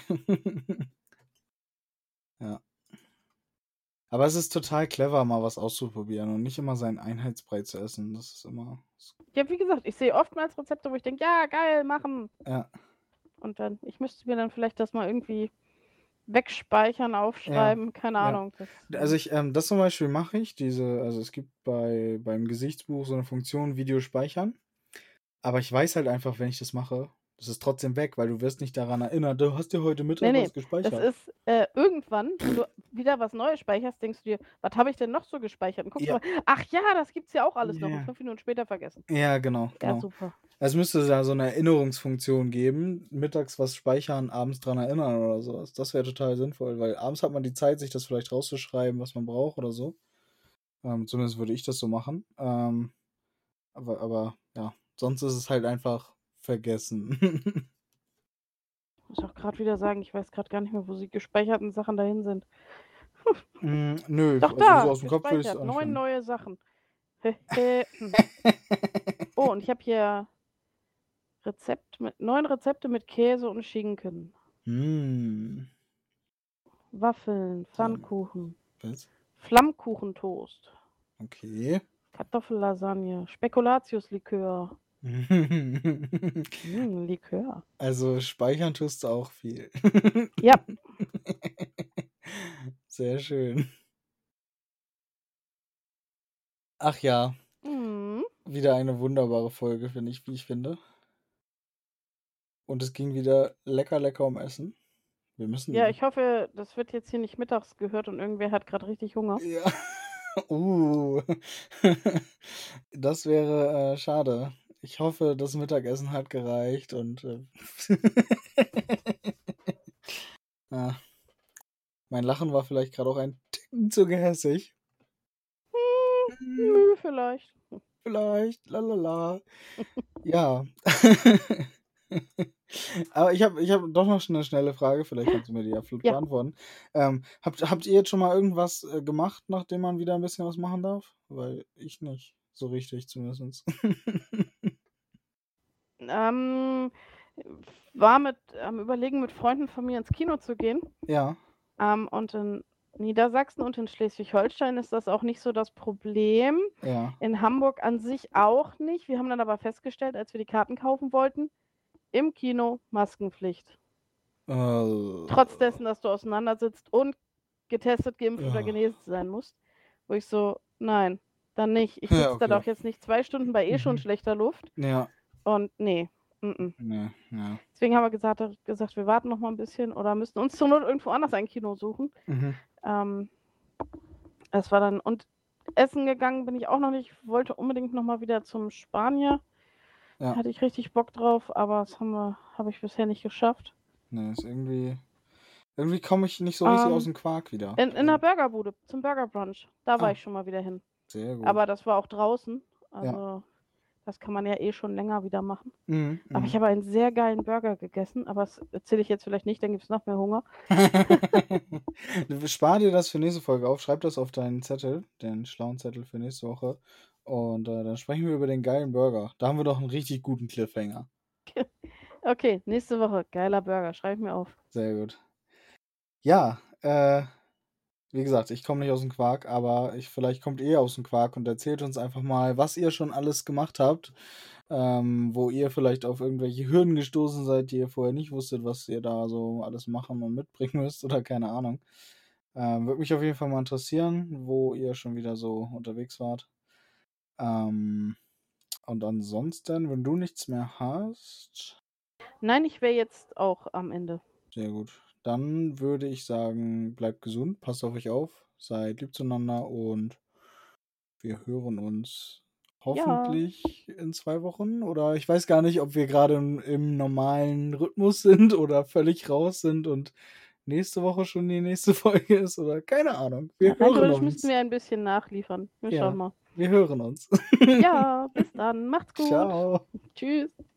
Ja. Aber es ist total clever, mal was auszuprobieren und nicht immer seinen Einheitsbrei zu essen. Das ist immer. Ja, wie gesagt, ich sehe oftmals Rezepte, wo ich denke, ja, geil, machen. Ja, Und dann, ich müsste mir dann vielleicht das mal irgendwie wegspeichern, ja, aufschreiben, keine ja. Ahnung. Das, Also äh, ich, ähm, das zum Beispiel mache ich, diese, also es gibt bei beim Gesichtsbuch so eine Funktion Video speichern. Aber ich weiß halt einfach, wenn ich das mache, das ist trotzdem weg, weil du wirst nicht daran erinnert, du hast dir heute nee, Mittag nee, was das gespeichert. ist äh, irgendwann, wenn du wieder was Neues speicherst, denkst du dir, was habe ich denn noch so gespeichert? Und guckst Ja, mal, ach ja, das gibt's ja auch alles noch. Und ja, fünf Minuten später vergessen. ja, genau, Ja, genau. super. Es müsste da so eine Erinnerungsfunktion geben, mittags was speichern, abends dran erinnern oder sowas. Das wäre total sinnvoll, weil abends hat man die Zeit, sich das vielleicht rauszuschreiben, was man braucht oder so. Ähm, zumindest würde ich das so machen. Ähm, aber, aber ja, sonst ist es halt einfach vergessen. Ich muss auch gerade wieder sagen, ich weiß gerade gar nicht mehr, wo die gespeicherten Sachen dahin sind. Hm, nö, Doch also so da, aus dem Kopf würde ich's gespeichert. auch nicht Neun finden. neue Sachen. Hm. Oh, und ich habe hier Rezept mit neun Rezepte mit Käse und Schinken. Hm. Waffeln, Ja, Pfannkuchen, was? Flammkuchentoast, Okay. Kartoffellasagne, Spekulatiuslikör. Hm, Likör. Also speichern tust du auch viel. Ja. Sehr schön. Ach ja, Mhm. wieder eine wunderbare Folge, finde ich, wie ich finde. Und es ging wieder lecker, lecker um Essen. Wir müssen. Ja, ich hoffe, das wird jetzt hier nicht mittags gehört und irgendwer hat gerade richtig Hunger. Ja. Uh. Das wäre äh, schade. Ich hoffe, das Mittagessen hat gereicht und äh, ah, mein Lachen war vielleicht gerade auch ein Ticken zu gehässig. Hm, Hm, nö, vielleicht. vielleicht, lalala. Ja. Aber ich habe ich hab doch noch eine schnelle Frage, vielleicht kannst du mir die ja flott Ja. beantworten. Ähm, habt, habt ihr jetzt schon mal irgendwas äh, gemacht, nachdem man wieder ein bisschen was machen darf? Weil ich nicht, so richtig zumindest. Ähm, war mit am Überlegen, mit Freunden von mir ins Kino zu gehen. Ja, Ähm, und in Niedersachsen und in Schleswig-Holstein ist das auch nicht so das Problem. ja. In Hamburg an sich auch nicht. Wir haben dann aber festgestellt, als wir die Karten kaufen wollten, im Kino Maskenpflicht. Äh, Trotz dessen, dass du auseinander sitzt und getestet, geimpft oder ja. genesen sein musst. Wo ich so, nein, dann nicht. Ich Ja, sitze da okay. doch jetzt nicht zwei Stunden bei eh schon Mhm. schlechter Luft. Ja, Und nee, mm-mm. nee, ja. Deswegen haben wir gesagt, gesagt, wir warten noch mal ein bisschen oder müssen uns zur Not irgendwo anders ein Kino suchen. Mhm. Ähm, das war dann, und essen gegangen bin ich auch noch nicht. Wollte unbedingt noch mal wieder zum Spanier. Ja. Hatte ich richtig Bock drauf, aber das haben wir, habe ich bisher nicht geschafft. Nee, ist irgendwie. Irgendwie komme ich nicht so richtig aus Ähm, dem Quark wieder. in, in der Burgerbude, zum Burger Brunch. Da war Ah, ich schon mal wieder hin. sehr gut. Aber das war auch draußen. Also Ja. das kann man ja eh schon länger wieder machen. Mhm, Aber ich mhm. habe einen sehr geilen Burger gegessen, aber das erzähle ich jetzt vielleicht nicht, dann gibt es noch mehr Hunger. Spar dir das für nächste Folge auf, schreib das auf deinen Zettel, den schlauen Zettel für nächste Woche. Und äh, dann sprechen wir über den geilen Burger. Da haben wir doch einen richtig guten Cliffhanger. Okay, nächste Woche. Geiler Burger, schreib mir auf. Sehr gut. Ja, äh, wie gesagt, ich komme nicht aus dem Quark, aber ich, vielleicht kommt ihr aus dem Quark und erzählt uns einfach mal, was ihr schon alles gemacht habt, ähm, wo ihr vielleicht auf irgendwelche Hürden gestoßen seid, die ihr vorher nicht wusstet, was ihr da so alles machen und mitbringen müsst oder keine Ahnung. Ähm, würde mich auf jeden Fall mal interessieren, wo ihr schon wieder so unterwegs wart. Ähm, und ansonsten, wenn du nichts mehr hast, Nein, ich wäre jetzt auch am Ende. sehr gut. Dann würde ich sagen, bleibt gesund, passt auf euch auf, seid lieb zueinander und wir hören uns Ja, hoffentlich in zwei Wochen. Oder ich weiß gar nicht, ob wir gerade im, im normalen Rhythmus sind oder völlig raus sind und nächste Woche schon die nächste Folge ist oder keine Ahnung. Wir ja, rein hören theoretisch müssten uns. wir ein bisschen nachliefern. Wir schauen Ja, mal. wir hören uns. Ja, bis dann. Macht's gut. Ciao. Tschüss.